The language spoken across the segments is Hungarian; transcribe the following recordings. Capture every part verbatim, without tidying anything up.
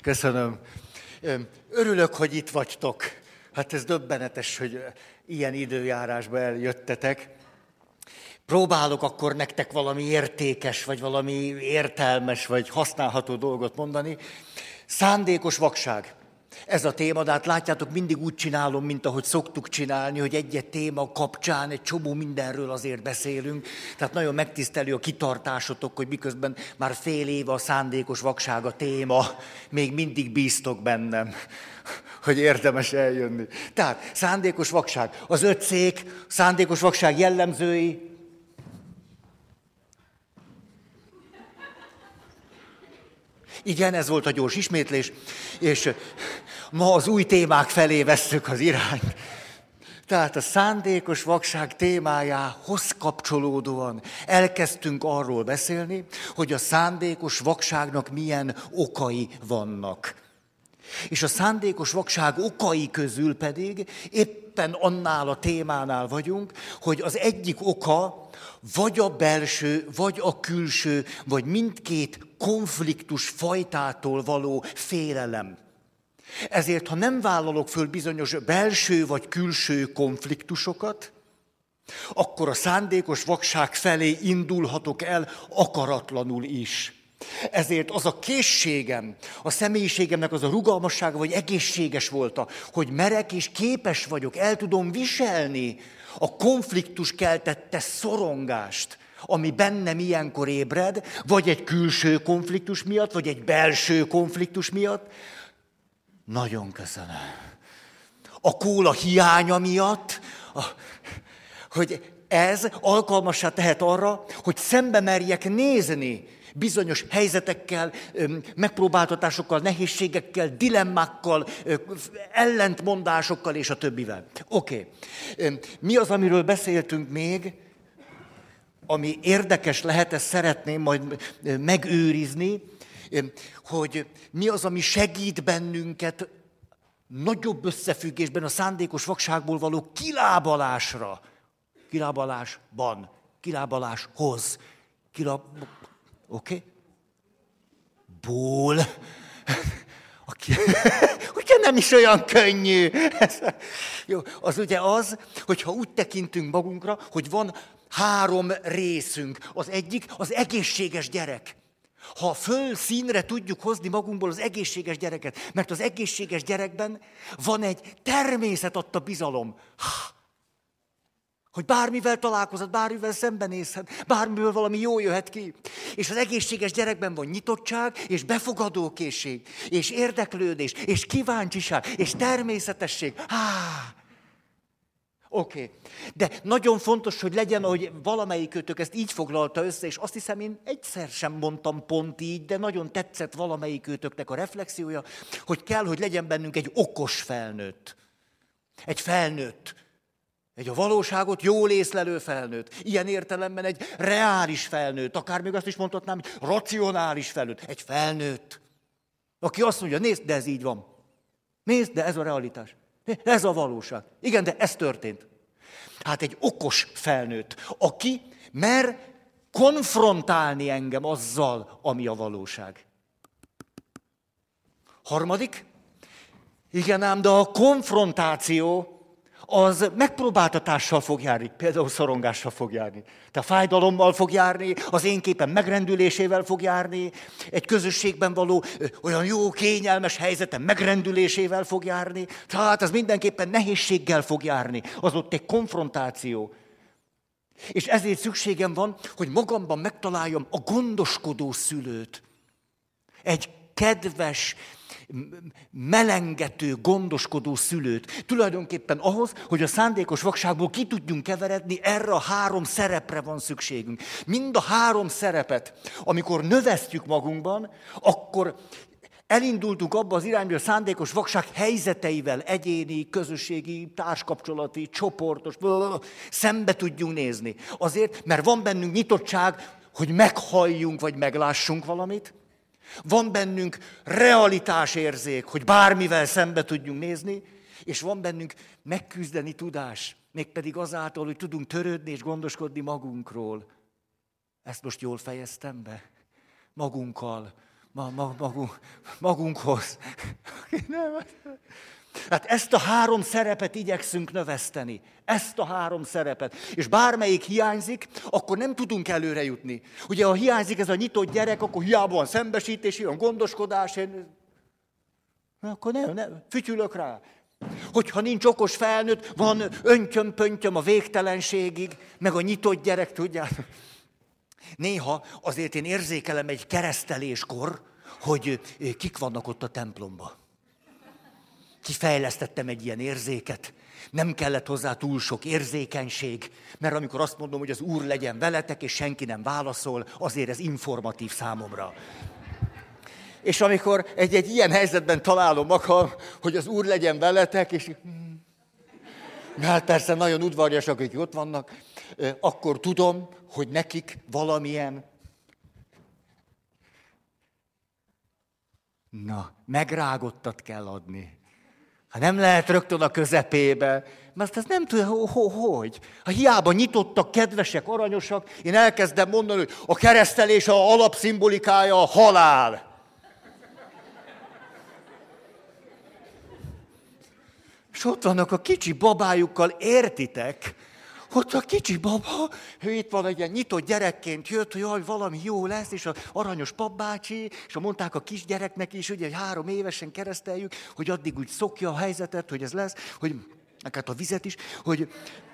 Köszönöm. Örülök, hogy itt vagytok. Hát ez döbbenetes, hogy ilyen időjárásba eljöttetek. Próbálok akkor nektek valami értékes, vagy valami értelmes, vagy használható dolgot mondani. Szándékos vakság. Ez a téma, de hát látjátok, mindig úgy csinálom, mint ahogy szoktuk csinálni, hogy egy-egy téma kapcsán egy csomó mindenről azért beszélünk. Tehát nagyon megtisztelő a kitartásotok, hogy miközben már fél éve a szándékos vakság a téma, még mindig bíztok bennem, hogy érdemes eljönni. Tehát szándékos vakság. Az öt szék, szándékos vakság jellemzői. Igen, ez volt a gyors ismétlés, és ma az új témák felé vesszük az irányt. Tehát a szándékos vakság témájához kapcsolódóan elkezdtünk arról beszélni, hogy a szándékos vakságnak milyen okai vannak. És a szándékos vakság okai közül pedig éppen annál a témánál vagyunk, hogy az egyik oka vagy a belső, vagy a külső, vagy mindkét konfliktus fajtától való félelem. Ezért, ha nem vállalok föl bizonyos belső vagy külső konfliktusokat, akkor a szándékos vakság felé indulhatok el akaratlanul is. Ezért az a készségem, a személyiségemnek az a rugalmassága, vagy egészséges volt, hogy merek és képes vagyok, el tudom viselni a konfliktus keltette szorongást, ami bennem ilyenkor ébred, vagy egy külső konfliktus miatt, vagy egy belső konfliktus miatt. Nagyon köszönöm. A kóla hiánya miatt, a, hogy ez alkalmassá tehet arra, hogy szembe merjek nézni bizonyos helyzetekkel, megpróbáltatásokkal, nehézségekkel, dilemmákkal, ellentmondásokkal és a többivel. Oké. Okay. Mi az, amiről beszéltünk még, ami érdekes lehet, ezt szeretném majd megőrizni, hogy mi az, ami segít bennünket nagyobb összefüggésben a szándékos vakságból való kilábalásra. Kilábalásban, kilábaláshoz. Kilab... Oké? Okay? Ból. Aki... Ugye nem is olyan könnyű. Jó, az ugye az, hogyha úgy tekintünk magunkra, hogy van három részünk. Az egyik az egészséges gyerek. Ha föl színre tudjuk hozni magunkból az egészséges gyereket, mert az egészséges gyerekben van egy természet adta bizalom. Hogy bármivel találkozhat, bármivel szembenézhet, bármiből valami jó jöhet ki. És az egészséges gyerekben van nyitottság, és befogadókészség, és érdeklődés, és kíváncsiság, és természetesség. Há! Oké. Okay. De nagyon fontos, hogy legyen, hogy valamelyikőtök ezt így foglalta össze, és azt hiszem, én egyszer sem mondtam pont így, de nagyon tetszett valamelyikőtöknek a reflexiója, hogy kell, hogy legyen bennünk egy okos felnőtt. Egy felnőtt. Egy a valóságot jól észlelő felnőtt. Ilyen értelemben egy reális felnőtt. Akár még azt is mondhatnám, hogy racionális felnőtt. Egy felnőtt. Aki azt mondja, nézd, de ez így van. Nézd, de ez a realitás. Ez a valóság. Igen, de ez történt. Hát egy okos felnőtt, aki mer konfrontálni engem azzal, ami a valóság. Harmadik. Igen ám, de a konfrontáció az megpróbáltatással fog járni, például szorongással fog járni. Tehát fájdalommal fog járni, az én képen megrendülésével fog járni, egy közösségben való olyan jó, kényelmes helyzetem megrendülésével fog járni. Tehát az mindenképpen nehézséggel fog járni. Az ott egy konfrontáció. És ezért szükségem van, hogy magamban megtaláljam a gondoskodó szülőt. Egy kedves, melengető, gondoskodó szülőt. Tulajdonképpen ahhoz, hogy a szándékos vakságból ki tudjunk keveredni, erre a három szerepre van szükségünk. Mind a három szerepet, amikor növesztjük magunkban, akkor elindultunk abba az irányba, hogy a szándékos vakság helyzeteivel, egyéni, közösségi, társkapcsolati, csoportos, szembe tudjunk nézni. Azért, mert van bennünk nyitottság, hogy meghalljunk, vagy meglássunk valamit. Van bennünk realitásérzék, hogy bármivel szembe tudjunk nézni, és van bennünk megküzdeni tudás, mégpedig azáltal, hogy tudunk törődni és gondoskodni magunkról. Ezt most jól fejeztem be? Magunkkal, ma, ma, magunk, magunkhoz. Hát ezt a három szerepet igyekszünk növeszteni. Ezt a három szerepet. És bármelyik hiányzik, akkor nem tudunk előre jutni. Ugye, ha hiányzik ez a nyitott gyerek, akkor hiába van szembesítés, van gondoskodás, én... akkor nem, nem, fütyülök rá. Hogyha nincs okos felnőtt, van öntyöm-pöntyöm a végtelenségig, meg a nyitott gyerek, tudjátok. Néha azért én érzékelem egy kereszteléskor, hogy kik vannak ott a templomban. Kifejlesztettem egy ilyen érzéket. Nem kellett hozzá túl sok érzékenység, mert amikor azt mondom, hogy az Úr legyen veletek, és senki nem válaszol, azért ez informatív számomra. És amikor egy-egy ilyen helyzetben találom magam, hogy az Úr legyen veletek, és hát persze nagyon udvarjasak, akik ott vannak, akkor tudom, hogy nekik valamilyen, na, megrágottat kell adni. Hát nem lehet rögtön a közepébe, mert ezt nem tudja, hogy. Ha hiába nyitottak, kedvesek, aranyosak, én elkezdem mondani, hogy a keresztelés a alapszimbolikája a halál. És ott vannak a kicsi babájukkal, értitek? Ott a kicsi baba, ő itt van egy ilyen nyitott gyerekként jött, hogy jaj, valami jó lesz, és az aranyos papbácsi, és mondták a kisgyereknek is, ugye, hogy három évesen kereszteljük, hogy addig úgy szokja a helyzetet, hogy ez lesz, hogy hát a vizet is, hogy...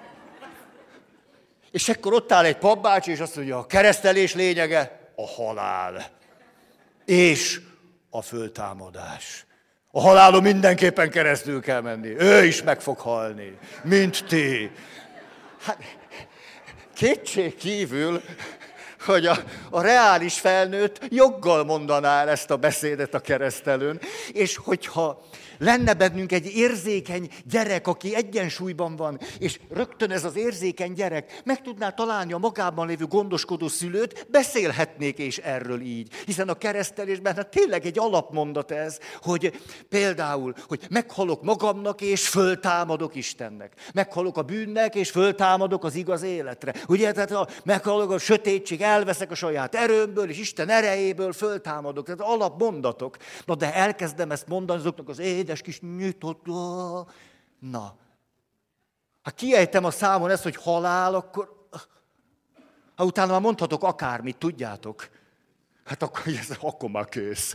És akkor ott áll egy papbácsi, és azt mondja, a keresztelés lényege a halál. És a föltámadás. A halálon mindenképpen keresztül kell menni. Ő is meg fog halni, mint ti. Hát, kétség kívül, hogy a, a reális felnőtt joggal mondaná ezt a beszédet a keresztelőn, és hogyha lenne bennünk egy érzékeny gyerek, aki egyensúlyban van, és rögtön ez az érzékeny gyerek meg tudná találni a magában lévő gondoskodó szülőt, beszélhetnék és erről így. Hiszen a keresztelésben hát tényleg egy alapmondat ez, hogy például, hogy meghalok magamnak és föltámadok Istennek. Meghalok a bűnnek és föltámadok az igaz életre. Ugye, tehát ha meghalok a sötétség, elveszek a saját erőmből, és Isten erejéből föltámadok. Tehát alapmondatok. Na de elkezdem ezt mondani azoknak az édes kis nyitott... Na, ha kiejtem a számon ezt, hogy halál, akkor... Ha utána már mondhatok akármit, tudjátok? Hát akkor, ez, akkor már kész.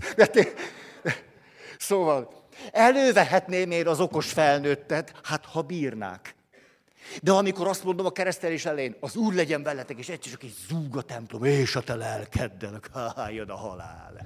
Szóval elővehetném én az okos felnőttet, hát ha bírnák. De amikor azt mondom a keresztelés elején, az Úr legyen veletek, és egyszer csak egy zúg a templom, és a te lelkeddel, há, jön a halál.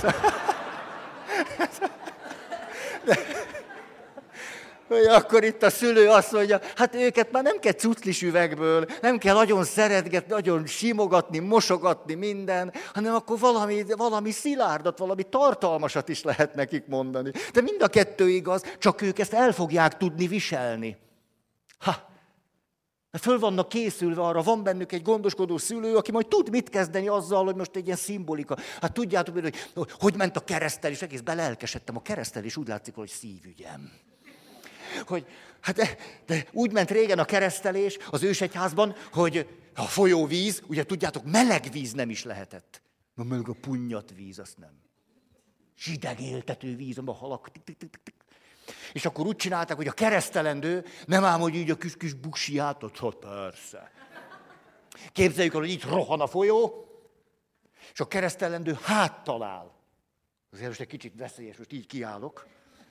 De, hogy akkor itt a szülő azt mondja, hát őket már nem kell cuclis üvegből, nem kell nagyon szeretgetni, nagyon simogatni, mosogatni minden, hanem akkor valami, valami szilárdat, valami tartalmasat is lehet nekik mondani. De mind a kettő igaz, csak ők ezt el fogják tudni viselni. Ha! Mert föl vannak készülve arra, van bennük egy gondoskodó szülő, aki majd tud mit kezdeni azzal, hogy most egy ilyen szimbolika. Hát tudjátok, hogy hogy ment a keresztelés, egész belelkesedtem. A keresztelés úgy látszik, hogy szívügyem. Hogy, hát de, de úgy ment régen a keresztelés az ősegyházban, hogy a folyóvíz, ugye tudjátok, meleg víz nem is lehetett. Na meg a punnyat víz, azt nem. Hideg éltető víz, a halak. Tik, tik, tik, tik. És akkor úgy csinálták, hogy a keresztelendő nem ám, hogy így a kis, kis buksiját, ott persze. Képzeljük el, hogy így rohan a folyó, és a keresztelendő háttal áll. Azért most egy kicsit veszélyes, most így kiállok.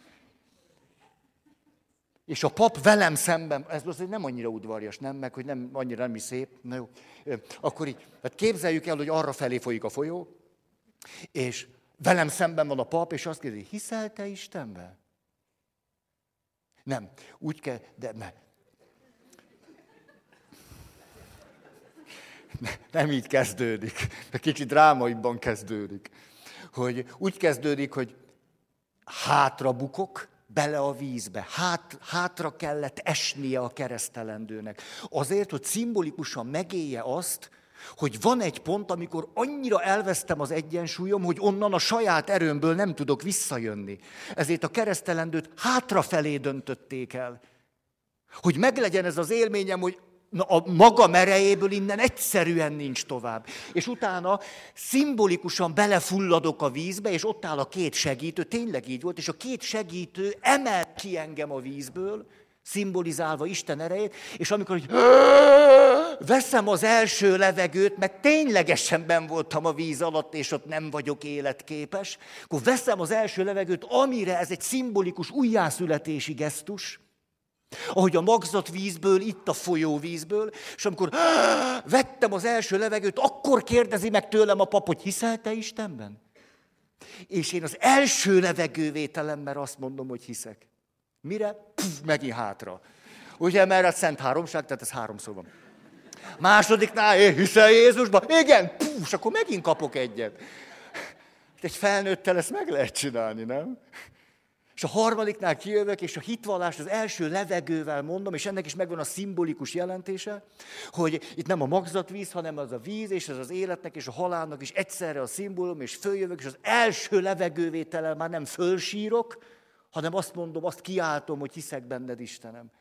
És a pap velem szemben, ez azért nem annyira udvarjas, nem? Meg, hogy nem annyira nem is szép. Na jó. Akkor így, hát képzeljük el, hogy arra felé folyik a folyó, és velem szemben van a pap, és azt kérdezi, hiszel te Istenben? Nem, úgy kell, de ne. Nem így kezdődik, de kicsit drámaiban kezdődik. Hogy úgy kezdődik, hogy hátra bukok, bele a vízbe. Hát, hátra kellett esnie a keresztelendőnek. Azért, hogy szimbolikusan megélje azt, hogy van egy pont, amikor annyira elvesztem az egyensúlyom, hogy onnan a saját erőmből nem tudok visszajönni. Ezért a keresztelendőt hátrafelé döntötték el. Hogy meglegyen ez az élményem, hogy na, a maga erejéből innen egyszerűen nincs tovább. És utána szimbolikusan belefulladok a vízbe, és ott áll a két segítő, tényleg így volt, és a két segítő emel ki engem a vízből, szimbolizálva Isten erejét, és amikor így, veszem az első levegőt, mert ténylegesen benn voltam a víz alatt, és ott nem vagyok életképes, akkor veszem az első levegőt, amire ez egy szimbolikus újjászületési gesztus, ahogy a magzatvízből, itt a folyóvízből, és amikor vettem az első levegőt, akkor kérdezi meg tőlem a pap, hogy hiszel te Istenben? És én az első levegővételemmel azt mondom, hogy hiszek. Mire? Puf, megint hátra. Ugye, mert a Szent Háromság, tehát ez háromszor van. Másodiknál, én hiszel Jézusban? Igen, puf, és akkor megint kapok egyet. Egy felnőttel ezt meg lehet csinálni, nem? És a harmadiknál kijövök, és a hitvallást az első levegővel mondom, és ennek is megvan a szimbolikus jelentése, hogy itt nem a magzatvíz, hanem az a víz, és ez az életnek, és a halálnak is egyszerre a szimbólum, és följövök, és az első levegővétellel már nem fölsírok, hanem azt mondom, azt kiáltom, hogy hiszek benned, Istenem.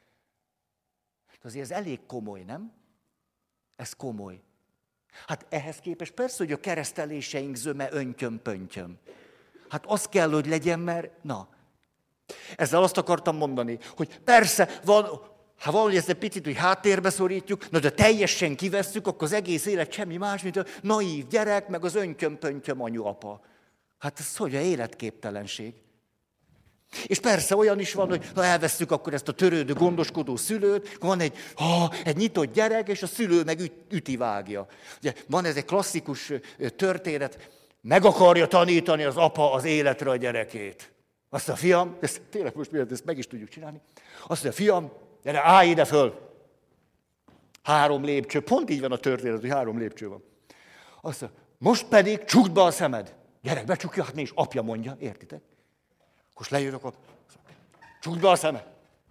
Azért ez elég komoly, nem? Ez komoly. Hát ehhez képest persze, hogy a kereszteléseink zöme öntyöm-pöntyöm. Hát az kell, hogy legyen, mert na. Ezzel azt akartam mondani, hogy persze, van, ha valahogy ezt egy picit hogy háttérbe szorítjuk, na de teljesen kivesszük, akkor az egész élet semmi más, mint a naív gyerek, meg az öntyöm-pöntyöm anyu-apa. Hát ez hogy a életképtelenség. És persze olyan is van, hogy na elvesszük akkor ezt a törődő, gondoskodó szülőt, van egy, ha, egy nyitott gyerek, és a szülő meg üt, üti-vágja. Ugye, van ez egy klasszikus történet, meg akarja tanítani az apa az életre a gyerekét. Azt mondja, fiam, ezt tényleg most miért ezt meg is tudjuk csinálni, azt mondja, fiam, gyere, állj ide föl. Három lépcső, pont így van a történet, hogy három lépcső van. Azt mondja, most pedig csukd be a szemed. Gyerek, becsukja, hát mi is apja mondja, értitek? Akkor lejövök, akkor csukd be a szemed.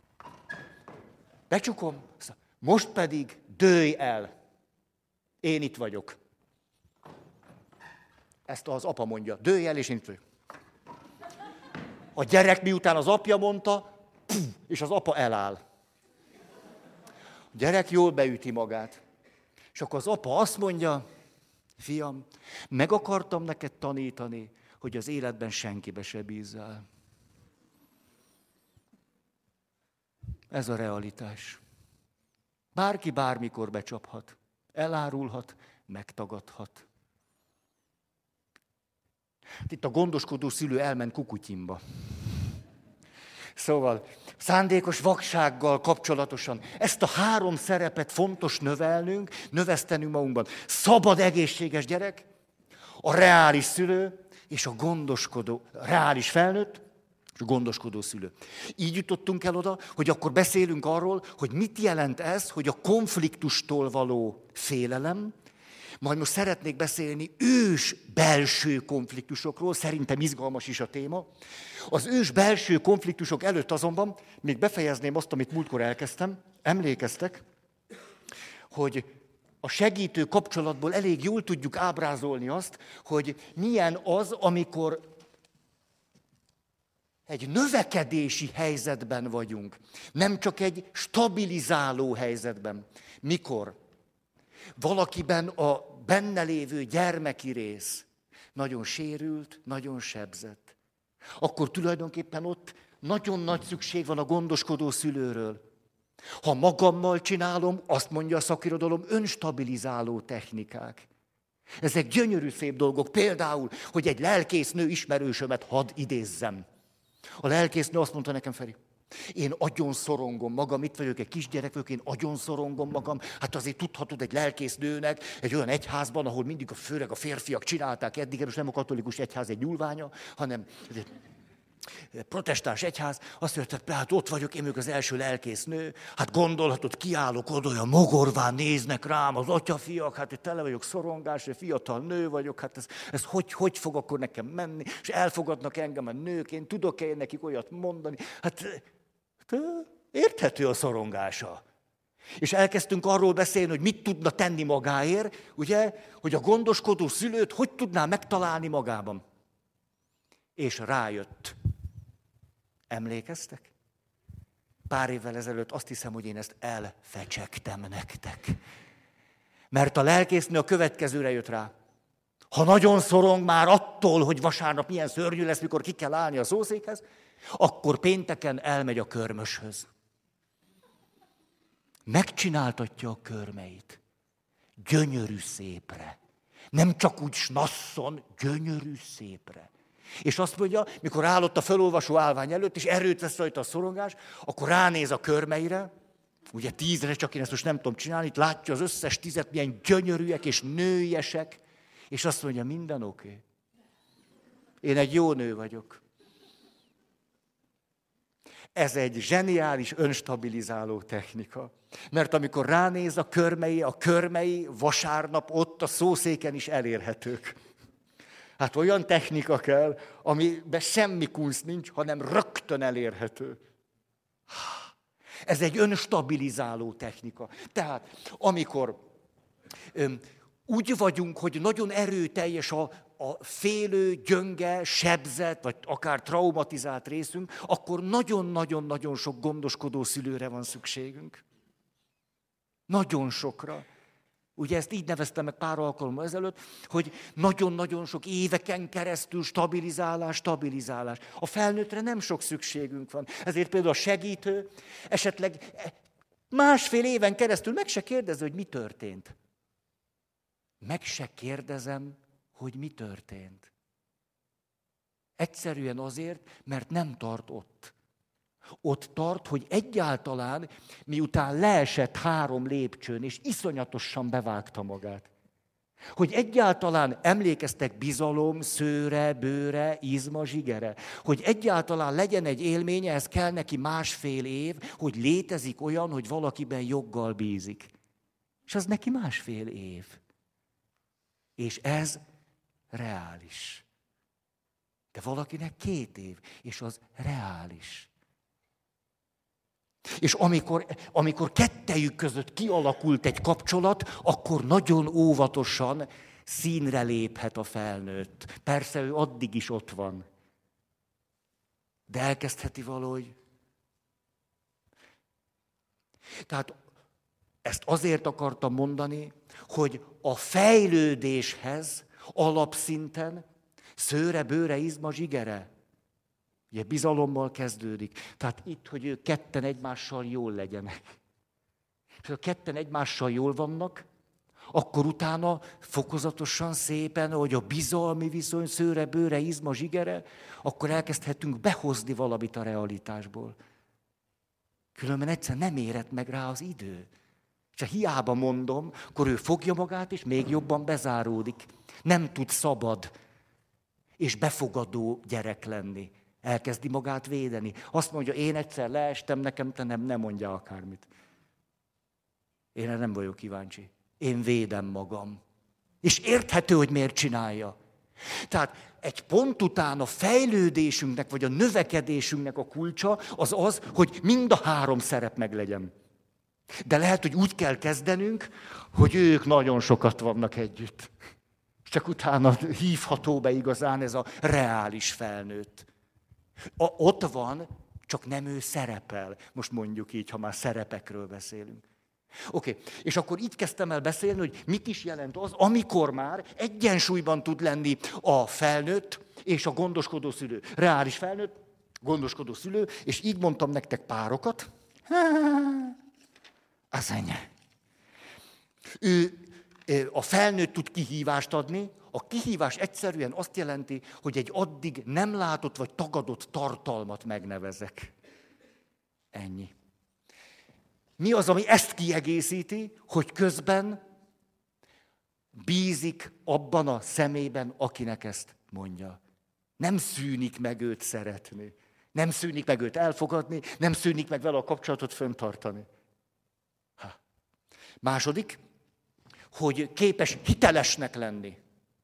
Becsukom, most pedig dőlj el. Én itt vagyok. Ezt az apa mondja, dőlj el, és én itt vagyok. A gyerek miután az apja mondta, és az apa eláll. A gyerek jól beüti magát. És akkor az apa azt mondja, fiam, meg akartam neked tanítani, hogy az életben senkibe se bízzál. Ez a realitás. Bárki bármikor becsaphat, elárulhat, megtagadhat. Itt a gondoskodó szülő elment Kukutyinba. Szóval szándékos vaksággal kapcsolatosan ezt a három szerepet fontos növelnünk, növesztenünk magunkban. Szabad, egészséges gyerek, a reális szülő és a gondoskodó, a reális felnőtt, és a gondoskodó szülő. Így jutottunk el oda, hogy akkor beszélünk arról, hogy mit jelent ez, hogy a konfliktustól való félelem, majd most szeretnék beszélni ős belső konfliktusokról, szerintem izgalmas is a téma. Az ős belső konfliktusok előtt azonban még befejezném azt, amit múltkor elkezdtem. Emlékeztek, hogy a segítő kapcsolatból elég jól tudjuk ábrázolni azt, hogy milyen az, amikor egy növekedési helyzetben vagyunk, nem csak egy stabilizáló helyzetben. Mikor? Valakiben a benne lévő gyermeki rész nagyon sérült, nagyon sebzett. Akkor tulajdonképpen ott nagyon nagy szükség van a gondoskodó szülőről. Ha magammal csinálom, azt mondja a szakirodalom, önstabilizáló technikák. Ezek gyönyörű szép dolgok. Például, hogy egy lelkésznő ismerősömet hadd idézzem. A lelkésznő azt mondta nekem, Feri, én agyon szorongom magam, itt vagyok, egy kisgyerek vagyok, én agyon szorongom magam. Hát azért tudhatod egy lelkésznőnek egy olyan egyházban, ahol mindig a, főleg a férfiak csinálták eddig, és nem a katolikus egyház egy nyúlványa, hanem egy protestáns egyház. Azt mondta, hát ott vagyok, én vagyok az első lelkésznő. Hát gondolhatod, kiállok oda, olyan mogorván néznek rám az atyafiak, hát én tele vagyok szorongás, egy fiatal nő vagyok, hát ez, ez hogy, hogy fog akkor nekem menni, és elfogadnak engem a nők, én tudok-e én nekik olyat mondani? Hát érthető a szorongása. És elkezdtünk arról beszélni, hogy mit tudna tenni magáért, ugye, hogy a gondoskodó szülőt hogy tudná megtalálni magában. És rájött. Emlékeztek? pár évvel ezelőtt azt hiszem, hogy én ezt elfecsegtem nektek. Mert a lelkésznő a következőre jött rá. Ha nagyon szorong már attól, hogy vasárnap milyen szörnyű lesz, mikor ki kell állni a szószékhez, akkor pénteken elmegy a körmöshöz. Megcsináltatja a körmeit. Gyönyörű szépre. Nem csak úgy snasszon, gyönyörű szépre. És azt mondja, mikor állott a felolvasó állvány előtt, és erőt vesz rajta a szorongás, akkor ránéz a körmeire, ugye tízre, csak én ezt most nem tudom csinálni, itt látja az összes tízet, milyen gyönyörűek és nőiesek, és azt mondja, minden oké. Okay. Én egy jó nő vagyok. Ez egy zseniális önstabilizáló technika. Mert amikor ránéz a körmei, a körmei vasárnap ott a szószéken is elérhetők. Hát olyan technika kell, amiben semmi kunst nincs, hanem rögtön elérhető. Ez egy önstabilizáló technika. Tehát amikor öm, úgy vagyunk, hogy nagyon erőteljes a, a félő, gyönge, sebzett, vagy akár traumatizált részünk, akkor nagyon-nagyon-nagyon sok gondoskodó szülőre van szükségünk. Nagyon sokra. Ugye ezt így neveztem meg pár alkalommal ezelőtt, hogy nagyon-nagyon sok éveken keresztül stabilizálás, stabilizálás. A felnőttre nem sok szükségünk van. Ezért például a segítő esetleg másfél éven keresztül meg se kérdező, hogy mi történt. Meg se kérdezem, hogy mi történt. Egyszerűen azért, mert nem tart ott. Ott tart, hogy egyáltalán, miután leesett három lépcsőn, és iszonyatosan bevágta magát, hogy egyáltalán emlékeztek bizalom, szőre, bőre, izma, zsigere, hogy egyáltalán legyen egy élménye, ez kell neki másfél év, hogy létezik olyan, hogy valakiben joggal bízik. És az neki másfél év. És ez reális. De valakinek két év, és az reális. És amikor, amikor kettejük között kialakult egy kapcsolat, akkor nagyon óvatosan színre léphet a felnőtt. Persze ő addig is ott van. De elkezdheti valahogy. Tehát ezt azért akartam mondani, hogy a fejlődéshez alapszinten szőre, bőre, izma, zsigere. Ugye bizalommal kezdődik. Tehát itt, hogy ők ketten egymással jól legyenek. És ha ketten egymással jól vannak, akkor utána fokozatosan szépen, hogy a bizalmi viszony, szőre, bőre, izma, zsigere, akkor elkezdhetünk behozni valamit a realitásból. Különben egyszer nem érett meg rá az idő. És ha hiába mondom, akkor ő fogja magát, és még jobban bezáródik. Nem tud szabad és befogadó gyerek lenni. Elkezdi magát védeni. Azt mondja, én egyszer leestem, nekem te nem, nem mondja akármit. Én erre nem vagyok kíváncsi. Én védem magam. És érthető, hogy miért csinálja. Tehát egy pont után a fejlődésünknek, vagy a növekedésünknek a kulcsa az az, hogy mind a három szerep meglegyen. De lehet, hogy úgy kell kezdenünk, hogy ők nagyon sokat vannak együtt. Csak utána hívható be igazán ez a reális felnőtt. A, ott van, csak nem ő szerepel. Most mondjuk így, ha már szerepekről beszélünk. Oké, okay. És akkor így kezdtem el beszélni, hogy mit is jelent az, amikor már egyensúlyban tud lenni a felnőtt és a gondoskodó szülő. Reális felnőtt, gondoskodó szülő, és így mondtam nektek párokat. Az anya. Ő, a felnőtt tud kihívást adni, a kihívás egyszerűen azt jelenti, hogy egy addig nem látott vagy tagadott tartalmat megnevezek. Ennyi. Mi az, ami ezt kiegészíti, hogy közben bízik abban a szemében, akinek ezt mondja. Nem szűnik meg őt szeretni. Nem szűnik meg őt elfogadni, nem szűnik meg vele a kapcsolatot fenntartani. Ha. Második, hogy képes hitelesnek lenni.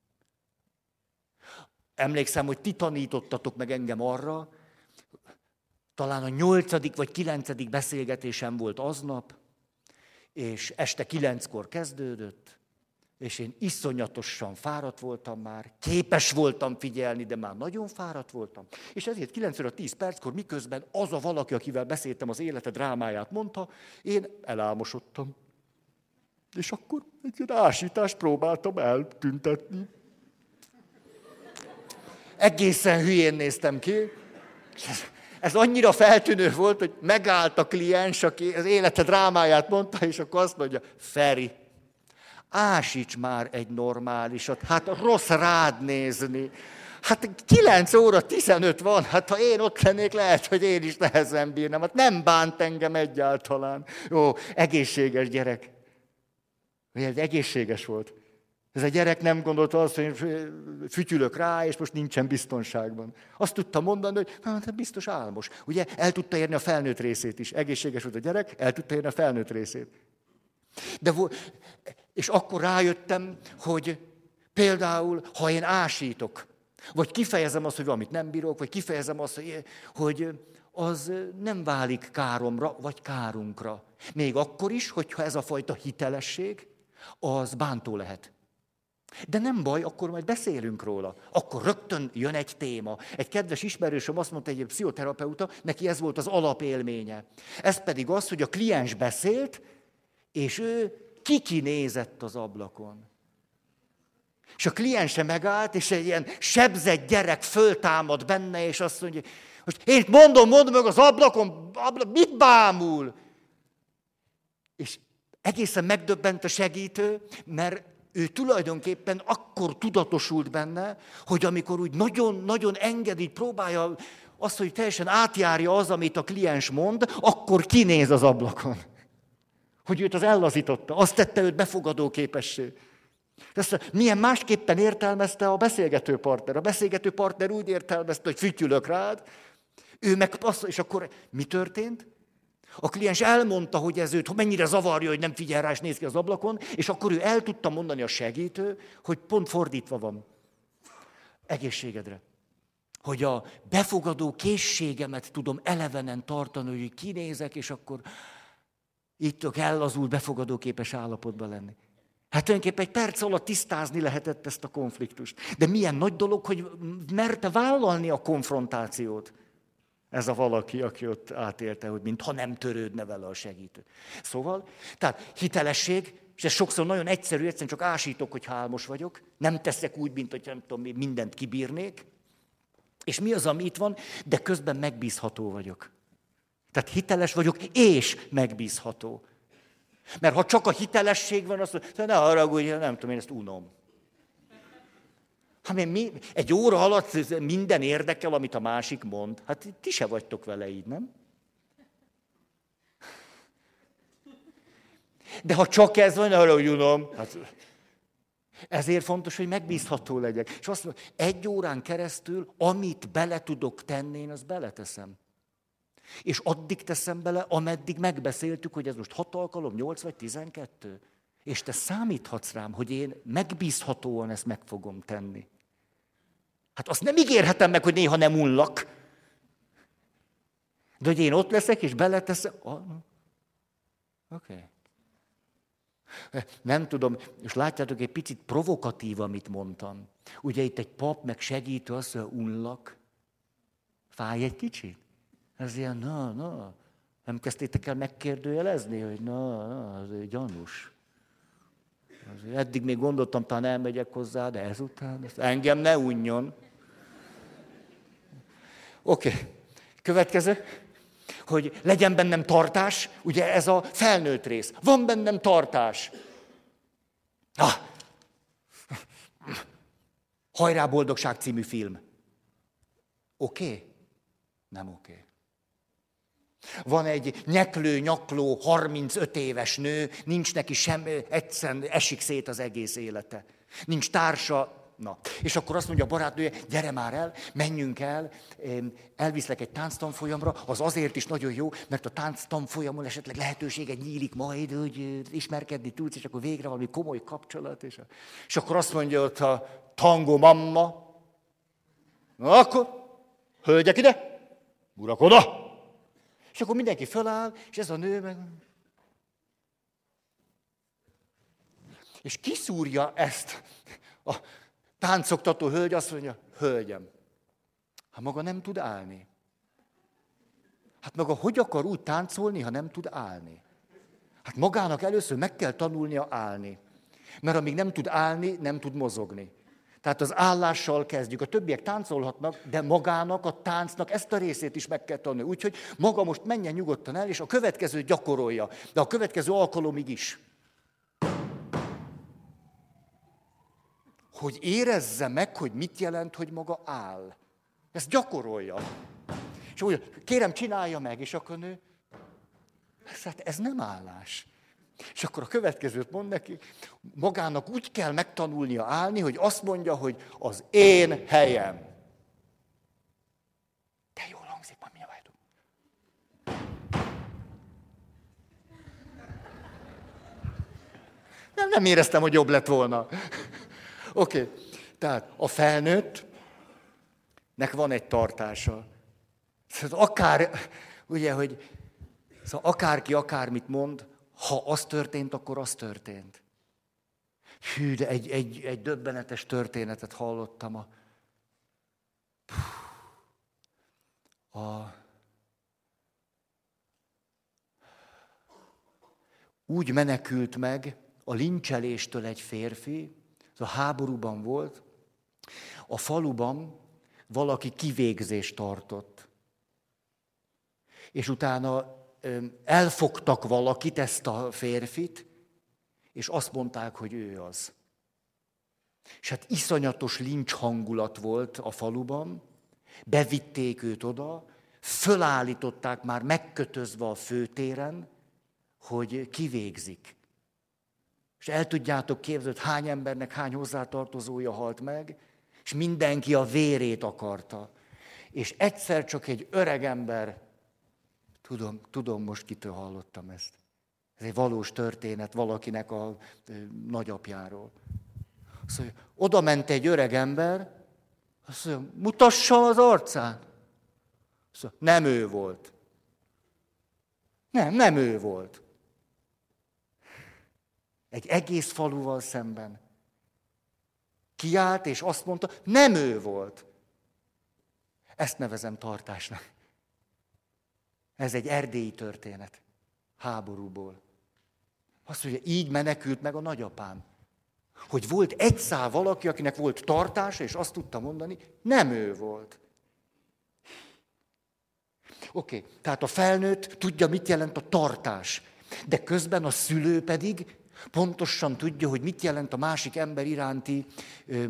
Emlékszem, hogy ti tanítottatok meg engem arra, talán a nyolcadik vagy kilencedik beszélgetésem volt aznap, és este kilenckor kezdődött, És én iszonyatosan fáradt voltam már, képes voltam figyelni, de már nagyon fáradt voltam. És ezért kilenc óra tíz perckor, miközben az a valaki, akivel beszéltem, az élete drámáját mondta, én elálmosodtam. És akkor egy ilyen ásítást próbáltam eltüntetni. Egészen hülyén néztem ki. Ez annyira feltűnő volt, hogy megállt a kliens, aki az élete drámáját mondta, és akkor azt mondja, Feri, ásíts már egy normálisat, hát rossz rád nézni. Hát kilenc óra tizenöt van, hát ha én ott lennék, lehet, hogy én is nehezen bírnám. Hát nem bánt engem egyáltalán. Ó, egészséges gyerek. Ez egészséges volt. Ez a gyerek nem gondolta azt, hogy fütyülök rá, és most nincsen biztonságban. Azt tudta mondani, hogy hát biztos álmos. Ugye el tudta érni a felnőtt részét is. Egészséges volt a gyerek, el tudta érni a felnőtt részét. De, és akkor rájöttem, hogy például, ha én ásítok, vagy kifejezem azt, hogy valamit nem bírok, vagy kifejezem azt, hogy, hogy az nem válik káromra, vagy kárunkra. Még akkor is, hogyha ez a fajta hitelesség, az bántó lehet. De nem baj, akkor majd beszélünk róla. Akkor rögtön jön egy téma. Egy kedves ismerősöm azt mondta, egy pszichoterapeuta, neki ez volt az alapélménye. Ez pedig az, hogy a kliens beszélt, és ő kikinézett az ablakon. És a kliense megállt, és egy ilyen sebzett gyerek föltámad benne, és azt mondja, most én mondom, mondom meg az ablakon, ablak, mit bámul? És egészen megdöbbent a segítő, mert ő tulajdonképpen akkor tudatosult benne, hogy amikor úgy nagyon-nagyon engedi, próbálja azt, hogy teljesen átjárja az, amit a kliens mond, akkor kinéz az ablakon. Hogy őt az ellazította, azt tette őt befogadó képessé. Ezt milyen másképpen értelmezte a beszélgető partner. A beszélgető partner úgy értelmezte, hogy fütyülök rád, ő meg azt, és akkor mi történt? A kliens elmondta, hogy ez őt mennyire zavarja, hogy nem figyel rá, és néz ki az ablakon, és akkor ő el tudta mondani a segítő, hogy pont fordítva van. Egészségedre. Hogy a befogadó készségemet tudom elevenen tartani, hogy kinézek, és akkor így tudok ellazult befogadóképes állapotban lenni. Hát tulajdonképpen egy perc alatt tisztázni lehetett ezt a konfliktust. De milyen nagy dolog, hogy merte vállalni a konfrontációt. Ez a valaki, aki ott átélte, hogy mintha nem törődne vele a segítő. Szóval, tehát hitelesség, és ez sokszor nagyon egyszerű, egyszerűen csak ásítok, hogy álmos vagyok, nem teszek úgy, mint hogy nem tudom, mindent kibírnék, és mi az, ami itt van, de közben megbízható vagyok. Tehát hiteles vagyok, és megbízható. Mert ha csak a hitelesség van, azt mondja, ne haragudj, nem tudom, én ezt unom. Ha mi, egy óra alatt minden érdekel, amit a másik mond. Hát ti se vagytok vele így, nem? De ha csak ez van, arra hogy unom. Hát, ezért fontos, hogy megbízható legyek. És azt mondom, egy órán keresztül, amit bele tudok tenni, én azt beleteszem. És addig teszem bele, ameddig megbeszéltük, hogy ez most hat alkalom, nyolc vagy tizenkettő. És te számíthatsz rám, hogy én megbízhatóan ezt meg fogom tenni. Hát azt nem ígérhetem meg, hogy néha nem unlak. De hogy én ott leszek, és beleteszem... Oh, oké. Okay. Nem tudom, és látjátok, egy picit provokatív, amit mondtam. Ugye itt egy pap, meg segítő, azt mondja, unlak. Fáj egy kicsit? Ez ilyen, na, na. Nem kezdtétek el megkérdőjelezni, hogy na, na, az gyanús. Azért eddig még gondoltam, talán elmegyek hozzá, de ezután engem ne unjon. Oké, okay. Következő, hogy legyen bennem tartás, ugye ez a felnőtt rész. Van bennem tartás. Ah. Hajrá boldogság című film. Oké? Okay? Nem oké. Okay. Van egy nyeklő, nyakló, harmincöt éves nő, nincs neki sem, egyszerűen esik szét az egész élete. Nincs társa, na. És akkor azt mondja a barátnője, gyere már el, menjünk el, elviszlek egy tánctanfolyamra, az azért is nagyon jó, mert a tánctanfolyamon esetleg lehetősége nyílik majd, hogy ismerkedni tudsz, és akkor végre valami komoly kapcsolat. És, a... és akkor azt mondja ott a tango mamma, na akkor, hölgyek ide, urak oda! És akkor mindenki föláll, és ez a nő meg... És kiszúrja ezt a táncoktató hölgy, azt mondja, hölgyem, hát maga nem tud állni. Hát maga hogy akar úgy táncolni, ha nem tud állni? Hát magának először meg kell tanulnia állni. Mert amíg nem tud állni, nem tud mozogni. Tehát az állással kezdjük. A többiek táncolhatnak, de magának, a táncnak ezt a részét is meg kell tanulni. Úgyhogy maga most menjen nyugodtan el, és a következőt gyakorolja. De a következő alkalomig is. Hogy érezze meg, hogy mit jelent, hogy maga áll. Ezt gyakorolja. És úgy, kérem, csinálja meg, és akkor nő. Hát ez nem állás. És akkor a következőt mond neki, magának úgy kell megtanulnia állni, hogy azt mondja, hogy az én helyem. De jól hangzik, majd mindjárt váltunk. Nem, nem éreztem, hogy jobb lett volna. Oké, okay. Tehát a felnőttnek van egy tartása. Szóval akár, ugye, hogy szóval akárki akármit mond, ha az történt, akkor az történt. Hű, de egy, egy, egy döbbenetes történetet hallottam. A, a, úgy menekült meg a lincseléstől egy férfi, a háborúban volt, a faluban valaki kivégzést tartott. És utána elfogtak valakit, ezt a férfit, és azt mondták, hogy ő az. És hát iszonyatos lincs hangulat volt a faluban, bevitték őt oda, fölállították már megkötözve a főtéren, hogy kivégzik. És el tudjátok képzelni, hogy hány embernek hány hozzátartozója halt meg, és mindenki a vérét akarta. És egyszer csak egy öreg ember, tudom, tudom most kitől hallottam ezt. Ez egy valós történet valakinek a nagyapjáról. Azt mondja, oda ment egy öreg ember, azt mondja, mutassam az arcán. Azt mondja, nem ő volt. Nem, nem ő volt. Egy egész faluval szemben. Kiállt, és azt mondta, nem ő volt. Ezt nevezem tartásnak. Ez egy erdélyi történet. Háborúból. Azt mondja, így menekült meg a nagyapám. Hogy volt egy szál valaki, akinek volt tartása, és azt tudta mondani, nem ő volt. Oké, okay, tehát a felnőtt tudja, mit jelent a tartás. De közben a szülő pedig pontosan tudja, hogy mit jelent a másik ember iránti ö,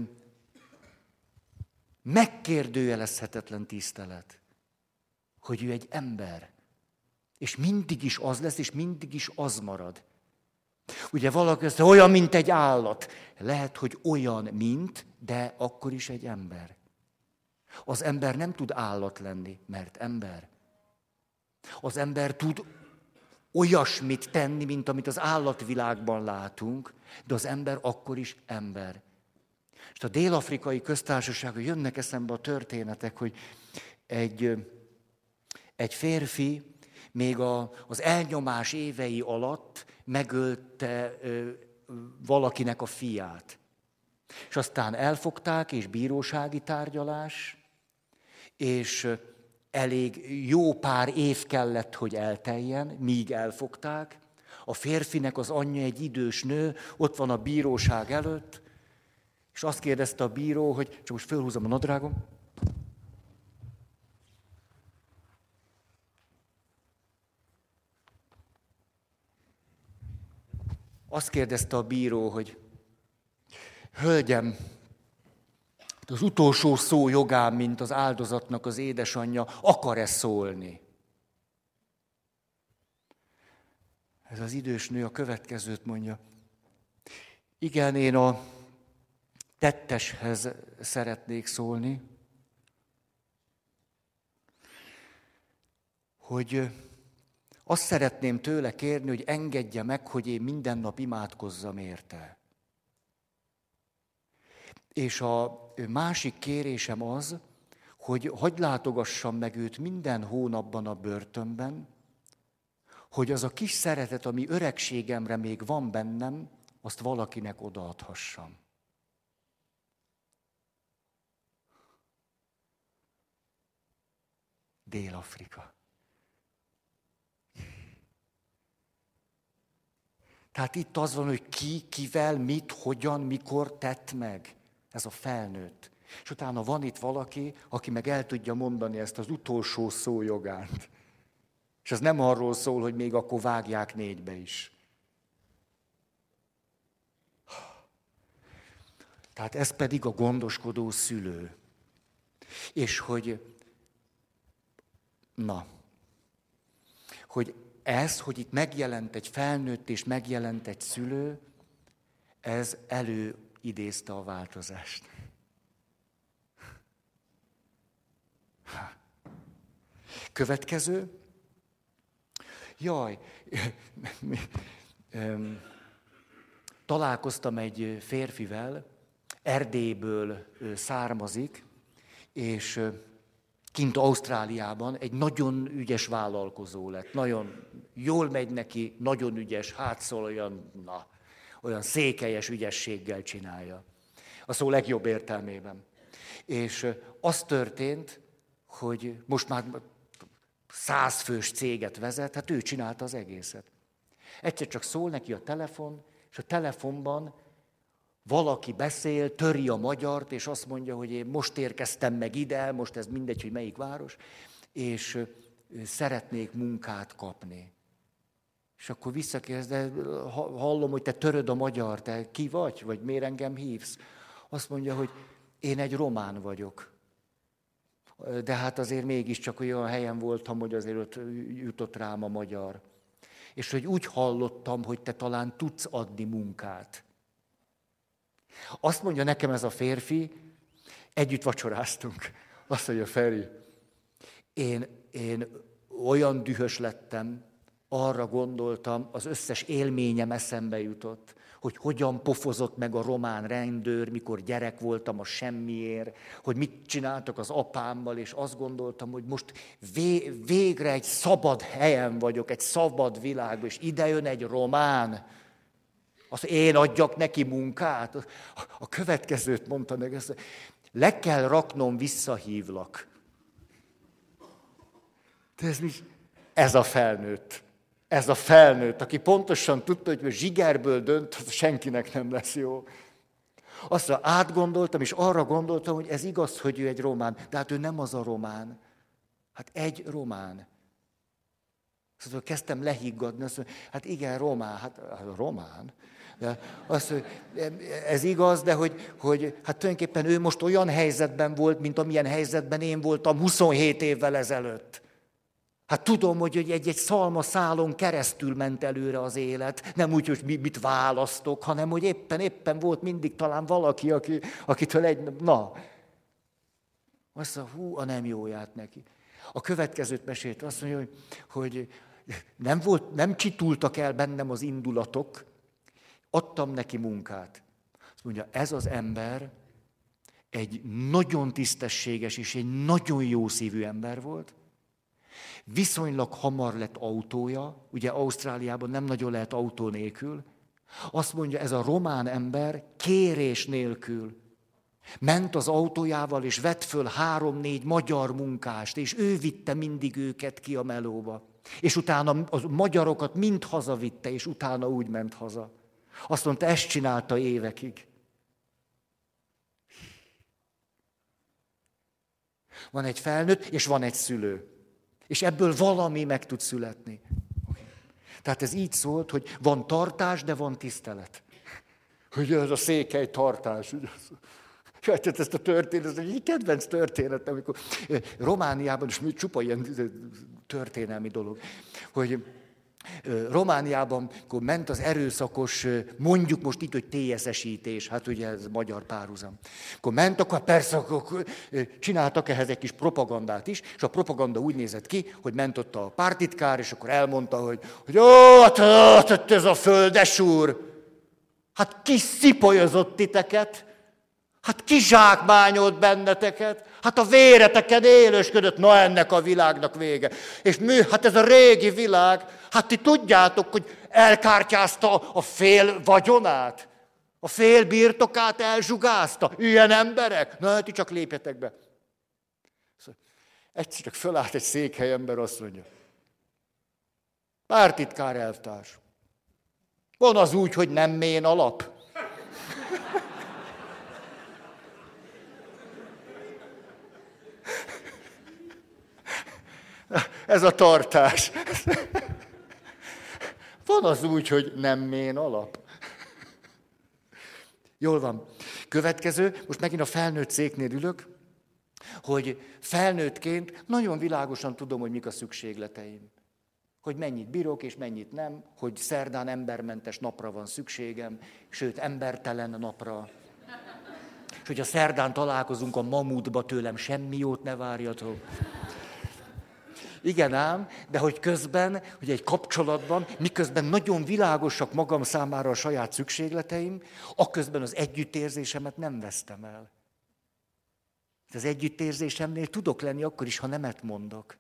megkérdőjelezhetetlen tisztelet. Hogy ő egy ember. És mindig is az lesz, és mindig is az marad. Ugye valaki azt mondja, olyan, mint egy állat. Lehet, hogy olyan, mint, de akkor is egy ember. Az ember nem tud állat lenni, mert ember. Az ember tud olyasmit tenni, mint amit az állatvilágban látunk, de az ember akkor is ember. És a dél-afrikai köztársaságban jönnek eszembe a történetek, hogy egy, egy férfi még a, az elnyomás évei alatt megölte ö, valakinek a fiát. És aztán elfogták, és bírósági tárgyalás, és elég jó pár év kellett, hogy elteljen, míg elfogták. A férfinek az anyja egy idős nő, ott van a bíróság előtt, és azt kérdezte a bíró, hogy csak most fölhúzom a nadrágom. Azt kérdezte a bíró, hogy hölgyem, az utolsó szó jogán, mint az áldozatnak az édesanyja, akar-e szólni? Ez az idős nő a következőt mondja. Igen, én a tetteshez szeretnék szólni, hogy azt szeretném tőle kérni, hogy engedje meg, hogy én minden nap imádkozzam érte. És a másik kérésem az, hogy hadd látogassam meg őt minden hónapban a börtönben, hogy az a kis szeretet, ami öregségemre még van bennem, azt valakinek odaadhassam. Dél-Afrika. Tehát itt az van, hogy ki, kivel, mit, hogyan, mikor tett meg. Ez a felnőtt. És utána van itt valaki, aki meg el tudja mondani ezt az utolsó szó jogát. És ez nem arról szól, hogy még akkor vágják négybe is. Tehát ez pedig a gondoskodó szülő. És hogy, na, hogy ez, hogy itt megjelent egy felnőtt és megjelent egy szülő, ez előidézte a változást. Következő. Jaj, találkoztam egy férfivel, Erdélyből származik, és kint Ausztráliában egy nagyon ügyes vállalkozó lett. Nagyon jól megy neki, nagyon ügyes, hát szól olyan, na, olyan székelyes ügyességgel csinálja. A szó legjobb értelmében. És az történt, hogy most már százfős céget vezet, hát ő csinálta az egészet. Egyszer csak szól neki a telefon, és a telefonban valaki beszél, töri a magyart, és azt mondja, hogy én most érkeztem meg ide, most ez mindegy, hogy melyik város, és szeretnék munkát kapni. És akkor visszakérdez, de hallom, hogy te töröd a magyar, te ki vagy, vagy miért engem hívsz? Azt mondja, hogy én egy román vagyok. De hát azért mégiscsak olyan helyen voltam, hogy azért ott jutott rám a magyar. És hogy úgy hallottam, hogy te talán tudsz adni munkát. Azt mondja nekem ez a férfi, együtt vacsoráztunk. Azt mondja, Feri, én, én olyan dühös lettem, arra gondoltam, az összes élményem eszembe jutott, hogy hogyan pofozott meg a román rendőr, mikor gyerek voltam a semmiért, hogy mit csináltak az apámmal, és azt gondoltam, hogy most vé- végre egy szabad helyen vagyok, egy szabad világban, és ide jön egy román, azt én adjak neki munkát. A következőt mondta meg, ezt, le kell raknom, visszahívlak. De ez, ez a felnőtt. Ez a felnőtt, aki pontosan tudta, hogy zsigerből dönt, az senkinek nem lesz jó. Aztán átgondoltam, és arra gondoltam, hogy ez igaz, hogy ő egy román. De hát ő nem az a román. Hát egy román. Szóval kezdtem lehiggadni, azt mondja, hát igen, román, hát román. De azt mondja, ez igaz, de hogy, hogy hát tulajdonképpen ő most olyan helyzetben volt, mint amilyen helyzetben én voltam huszonhét évvel ezelőtt. Hát tudom, hogy egy-egy szalmaszálon keresztül ment előre az élet, nem úgy, hogy mit választok, hanem hogy éppen, éppen volt mindig talán valaki, aki, akitől egy, na. Azt mondja, hú, a nem jóját neki. A következőt mesélt, azt mondja, hogy, hogy nem, volt, nem csitultak el bennem az indulatok, adtam neki munkát. Azt mondja, ez az ember egy nagyon tisztességes és egy nagyon jó szívű ember volt, viszonylag hamar lett autója, ugye Ausztráliában nem nagyon lehet autó nélkül. Azt mondja, ez a román ember kérés nélkül ment az autójával, és vett föl három-négy magyar munkást, és ő vitte mindig őket ki a melóba. És utána a magyarokat mind hazavitte, és utána úgy ment haza. Azt mondta, ezt csinálta évekig. Van egy felnőtt, és van egy szülő. És ebből valami meg tud születni. Tehát ez így szólt, hogy van tartás, de van tisztelet. Hogy ez a székely tartás. Hát ezt a történet, ez egy kedvenc történet, amikor Romániában, és csupa ilyen történelmi dolog, hogy Romániában, akkor ment az erőszakos, mondjuk most itt, hogy té es es-ítés, hát ugye ez magyar párhuzam. Akkor ment, akkor persze, akkor csináltak ehhez egy kis propagandát is, és a propaganda úgy nézett ki, hogy ment ott a pártitkár, és akkor elmondta, hogy, hogy ó, hát, hát ez a földesúr, hát ki szipolyozott titeket? Hát kizsákmányolt benneteket, hát a véreteken élősködött, na ennek a világnak vége. És mű, hát ez a régi világ, hát ti tudjátok, hogy elkártyázta a fél vagyonát, a fél birtokát elzsugázta. Ilyen emberek? Na, ti csak lépjetek be. Szóval egyszer csak fölállt egy székhely ember, azt mondja, pártitkár elvtárs, van az úgy, hogy nem mén a lap. Ez a tartás. Van az úgy, hogy nem mén alap. Jól van. Következő, most megint a felnőtt széknél ülök, hogy felnőttként nagyon világosan tudom, hogy mik a szükségleteim. Hogy mennyit bírok, és mennyit nem, hogy szerdán embermentes napra van szükségem, sőt, embertelen napra. És hogy a szerdán találkozunk a mamutba, tőlem semmi jót ne várjatok. Igen ám, de hogy közben, hogy egy kapcsolatban, miközben nagyon világosak magam számára a saját szükségleteim, aközben az együttérzésemet nem vesztem el. Az együttérzésemnél tudok lenni akkor is, ha nemet mondok.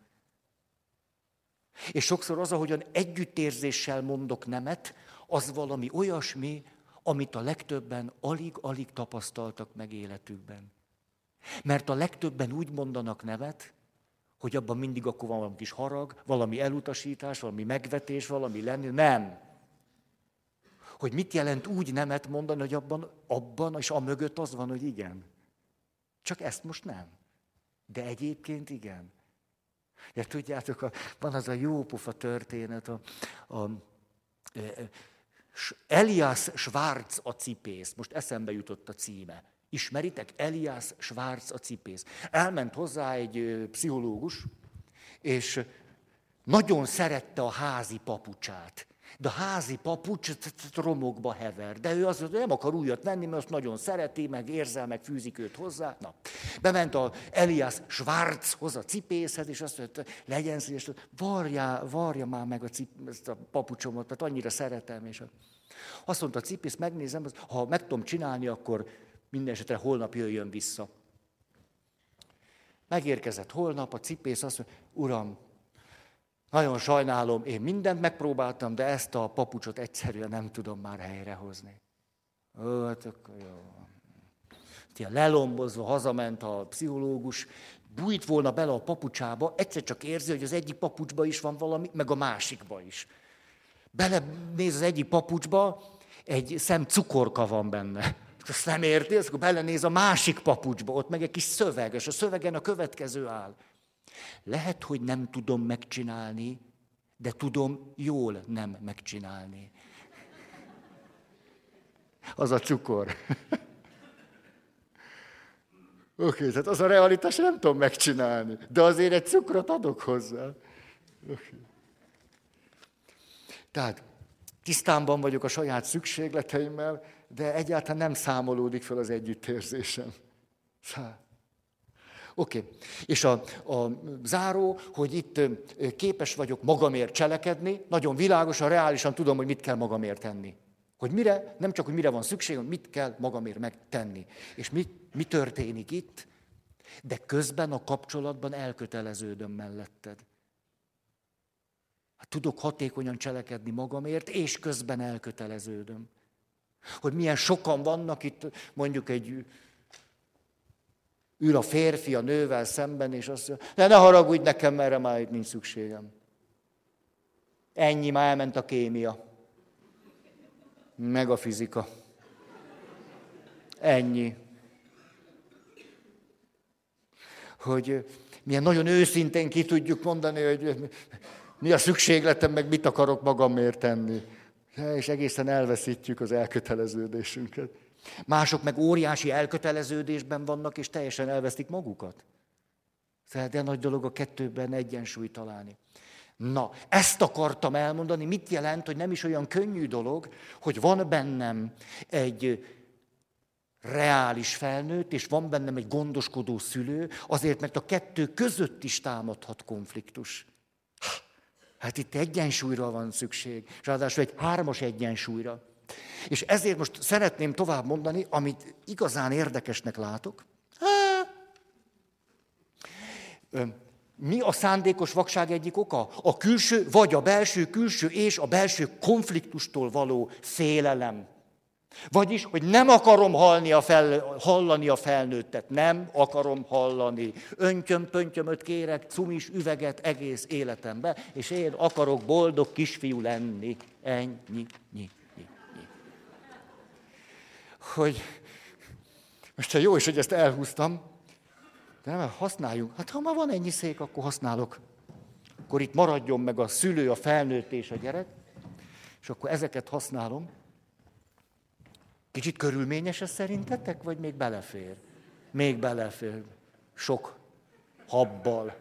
És sokszor az, ahogyan együttérzéssel mondok nemet, az valami olyasmi, amit a legtöbben alig-alig tapasztaltak meg életükben. Mert a legtöbben úgy mondanak nemet, hogy abban mindig akkor van valami kis harag, valami elutasítás, valami megvetés, valami lenni. Nem. Hogy mit jelent úgy nemet mondani, hogy abban, abban és amögött az van, hogy igen. Csak ezt most nem. De egyébként igen. De tudjátok, a, van az a jópofa történet, a, a, a Elias Schwarz a cipész. Most eszembe jutott a címe. Ismeritek? Elias Schwarz a cipész. Elment hozzá egy pszichológus, és nagyon szerette a házi papucsát. De a házi papucs romokba hever. De ő azt nem akar újat venni, mert azt nagyon szereti, meg érzelmek fűzik őt hozzá. Na, bement a Elias Schwarzhoz a cipészhez, és azt mondta, legyen szíves, varja, varja már meg a, cip, ezt a papucsomat, mert annyira szeretem. És azt mondta a cipész, megnézem, ha meg tudom csinálni, akkor minden esetre holnap jöjjön vissza. Megérkezett holnap, a cipész azt mondja, uram, nagyon sajnálom, én mindent megpróbáltam, de ezt a papucsot egyszerűen nem tudom már helyrehozni. Ó, hát akkor jó. Tia lelombozva hazament a pszichológus, bújt volna bele a papucsába, egyszer csak érzi, hogy az egyik papucsba is van valami, meg a másikba is. Belenéz az egyik papucsba, egy szem cukorka van benne. Azt nem érti, akkor belenéz a másik papucsba, ott meg egy kis szöveg, és a szövegen a következő áll. Lehet, hogy nem tudom megcsinálni, de tudom jól nem megcsinálni. Az a cukor. Oké, okay, tehát az a realitás, nem tudom megcsinálni, de azért egy cukrot adok hozzá. Okay. Tehát tisztában vagyok a saját szükségleteimmel, de egyáltalán nem számolódik fel az együttérzésem. Oké. Okay. És a, a záró, hogy itt képes vagyok magamért cselekedni, nagyon világosan, reálisan tudom, hogy mit kell magamért tenni. Hogy mire, nem csak, hogy mire van szükségem, mit kell magamért megtenni. És mi, mi történik itt, de közben a kapcsolatban elköteleződöm melletted. Hát tudok hatékonyan cselekedni magamért, és közben elköteleződöm. Hogy milyen sokan vannak itt, mondjuk egy... ül a férfi a nővel szemben, és azt mondja, de ne haragudj nekem, erre már itt nincs szükségem. Ennyi, már elment a kémia. Meg a fizika. Ennyi. Hogy milyen nagyon őszintén ki tudjuk mondani, hogy mi a szükségletem, meg mit akarok magamért tenni. És egészen elveszítjük az elköteleződésünket. Mások meg óriási elköteleződésben vannak, és teljesen elvesztik magukat. De nagy dolog a kettőben egyensúlyt találni. Na, ezt akartam elmondani, mit jelent, hogy nem is olyan könnyű dolog, hogy van bennem egy reális felnőtt, és van bennem egy gondoskodó szülő, azért, mert a kettő között is támadhat konfliktus. Hát itt egyensúlyra van szükség, és ráadásul egy hármas egyensúlyra. És ezért most szeretném tovább mondani, amit igazán érdekesnek látok. Mi a szándékos vakság egyik oka? A külső, vagy a belső, külső és a belső konfliktustól való félelem. Vagyis, hogy nem akarom hallani a, fel, hallani a felnőttet, nem akarom hallani. Öntyöm-pöntyömöt kérek, cumis üveget egész életembe, és én akarok boldog kisfiú lenni. Ennyi, nyi, nyi, nyi. Hogy, most jó is, hogy ezt elhúztam, de nem, használjunk. Hát ha már van ennyi szék, akkor használok. Akkor itt maradjon meg a szülő, a felnőtt és a gyerek, és akkor ezeket használom. Kicsit körülményes ez szerintetek, vagy még belefér? Még belefér. Sok habbal.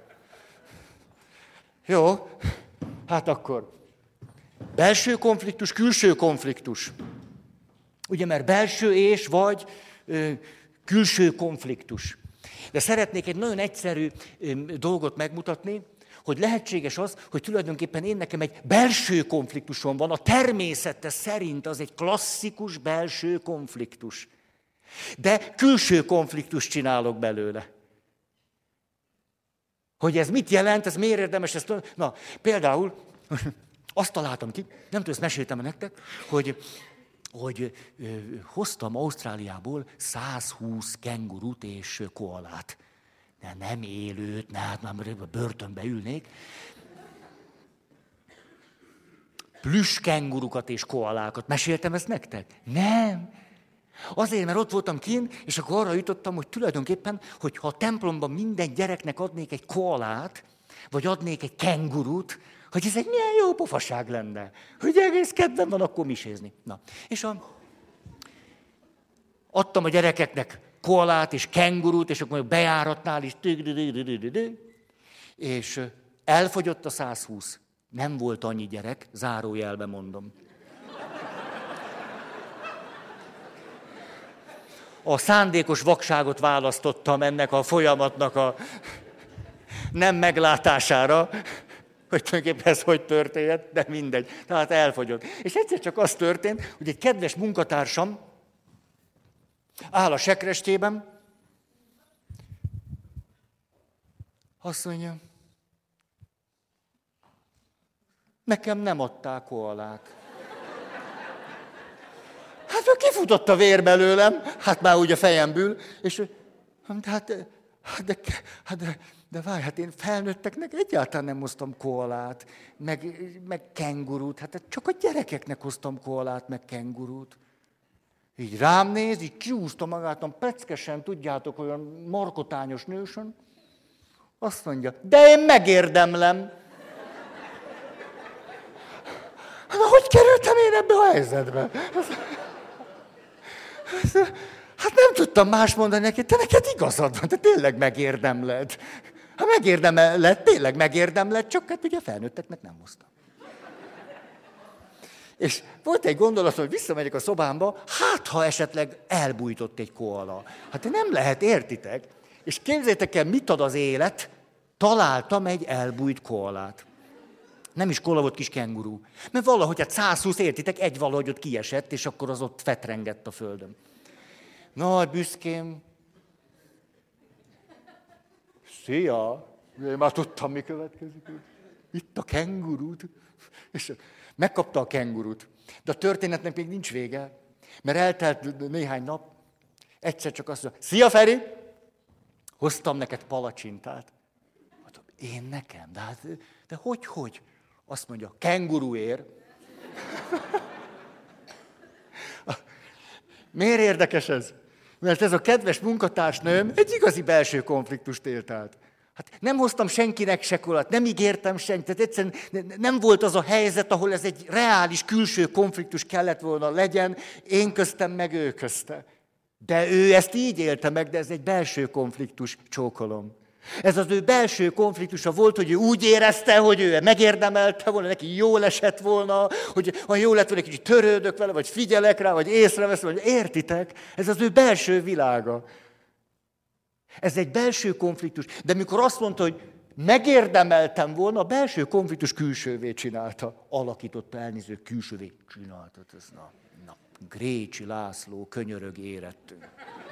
Jó, hát akkor belső konfliktus, külső konfliktus. Ugye, mert belső és vagy ö, külső konfliktus. De szeretnék egy nagyon egyszerű ö, dolgot megmutatni, hogy lehetséges az, hogy tulajdonképpen én nekem egy belső konfliktusom van, a természete szerint az egy klasszikus belső konfliktus. De külső konfliktust csinálok belőle. Hogy ez mit jelent, ez miért érdemes ezt... Na, például azt találtam ki, nem tudom, ezt meséltem nektek, hogy, hogy ö, hoztam Ausztráliából száz húsz kengurut és koalát. De nem élőt, ne, hát már börtönbe ülnék. Plüss kengurukat és koalákat. Meséltem ezt nektek? Nem. Azért, mert ott voltam kint, és akkor arra jutottam, hogy tulajdonképpen, hogyha a templomban minden gyereknek adnék egy koalát, vagy adnék egy kengurut, hogy ez egy milyen jó pofaság lenne. Hogy egész kedvem van akkor misézni. Na, és a... adtam a gyerekeknek koalát és kengurút, és akkor bejáratnál is, és elfogyott a száz húsz. Nem volt annyi gyerek, zárójelbe mondom. A szándékos vakságot választottam ennek a folyamatnak a nem meglátására, hogy tulajdonképpen ez hogy történt, de mindegy. Tehát elfogyott. És egyszer csak az történt, hogy egy kedves munkatársam áll a sekrestében, azt mondja, nekem nem adták koalát. Hát ő kifutott a vér belőlem, hát már úgy a fejemből, és hát, hát, de, hát de, de várj, hát én felnőtteknek egyáltalán nem hoztam koalát, meg, meg kengurút, hát csak a gyerekeknek hoztam koalát, meg kengurút. Így rám néz, így kiúzta magát, peckesen, tudjátok, olyan markotányos nősön. Azt mondja, de én megérdemlem. Hát hogy kerültem én ebbe a helyzetbe? Hát nem tudtam más mondani neki, te neked igazad van, te tényleg megérdemled. Ha megérdemled, tényleg megérdemled, csak hát ugye felnőtteknek nem hoztam. És volt egy gondolat, hogy visszamegyek a szobámba, hát ha esetleg elbújtott egy koala. Hát nem lehet, értitek? És képzeljétek el, mit ad az élet, találtam egy elbújt koalát. Nem is koala volt, kis kenguru. Mert valahogy hát száz húsz, értitek, egy valahogy ott kiesett, és akkor az ott fetrengett a földön. Nagy büszkém. Szia! Én már tudtam, mi következik. Itt a kengurút. És megkapta a kengurut. De a történetnek még nincs vége, mert eltelt néhány nap, egyszer csak azt mondja, szia Feri! Hoztam neked palacsintát. Mondom, én nekem? De, hát, de hogy, hogy? Azt mondja, kenguruér. Miért érdekes ez? Mert ez a kedves munkatársnőm egy igazi belső konfliktust élt át. Hát nem hoztam senkinek se koalát, nem ígértem senkit, tehát egyszerűen nem volt az a helyzet, ahol ez egy reális külső konfliktus kellett volna legyen, én köztem meg ő közte. De ő ezt így élte meg, de ez egy belső konfliktus, csókolom. Ez az ő belső konfliktusa volt, hogy ő úgy érezte, hogy ő megérdemelte volna, neki jól esett volna, hogy ha jól lett volna, kicsit törődök vele, vagy figyelek rá, vagy észreveszem, vagy értitek? Ez az ő belső világa. Ez egy belső konfliktus. De mikor azt mondta, hogy megérdemeltem volna, a belső konfliktus külsővé csinálta. Alakította, elnéző, külsővé csinálta. Ez, na, na. Grécsi László könyörög érettünk.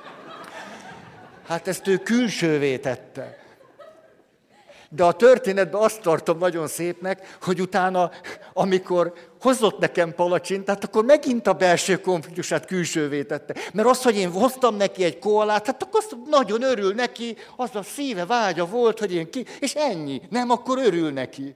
Hát ezt ő külsővé tette. De a történetben azt tartom nagyon szépnek, hogy utána, amikor hozott nekem palacsintát, akkor megint a belső konfliktusát külsővé tette. Mert az, hogy én hoztam neki egy koalát, hát akkor azt nagyon örül neki, az a szíve vágya volt, hogy én ki, és ennyi. Nem, akkor örül neki.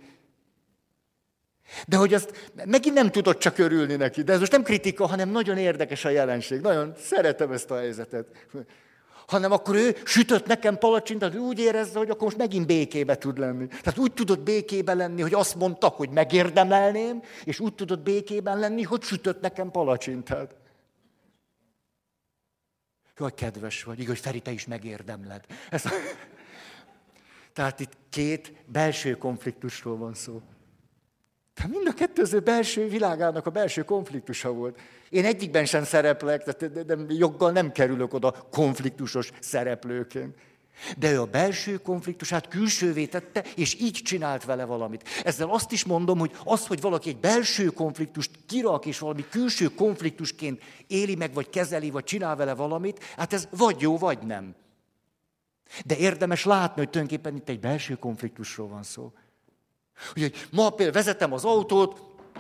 De hogy azt megint nem tudott csak örülni neki. De ez most nem kritika, hanem nagyon érdekes a jelenség. Nagyon szeretem ezt a helyzetet. Hanem akkor ő sütött nekem palacsintát, úgy érezze, hogy akkor most megint békébe tud lenni. Tehát úgy tudott békébe lenni, hogy azt mondta, hogy megérdemelném, és úgy tudott békében lenni, hogy sütött nekem palacsintát. Jaj, kedves vagy, igaz, hogy Feri, te is megérdemled. Ez a... Tehát itt két belső konfliktusról van szó. Tehát mind a kettőző belső világának a belső konfliktusa volt. Én egyikben sem szereplek, tehát de, de joggal nem kerülök oda konfliktusos szereplőként. De ő a belső konfliktusát külsővé tette, és így csinált vele valamit. Ezzel azt is mondom, hogy az, hogy valaki egy belső konfliktust kirak, és valami külső konfliktusként éli meg, vagy kezeli, vagy csinál vele valamit, hát ez vagy jó, vagy nem. De érdemes látni, hogy tulajdonképpen itt egy belső konfliktusról van szó. Úgyhogy ma például vezetem az autót,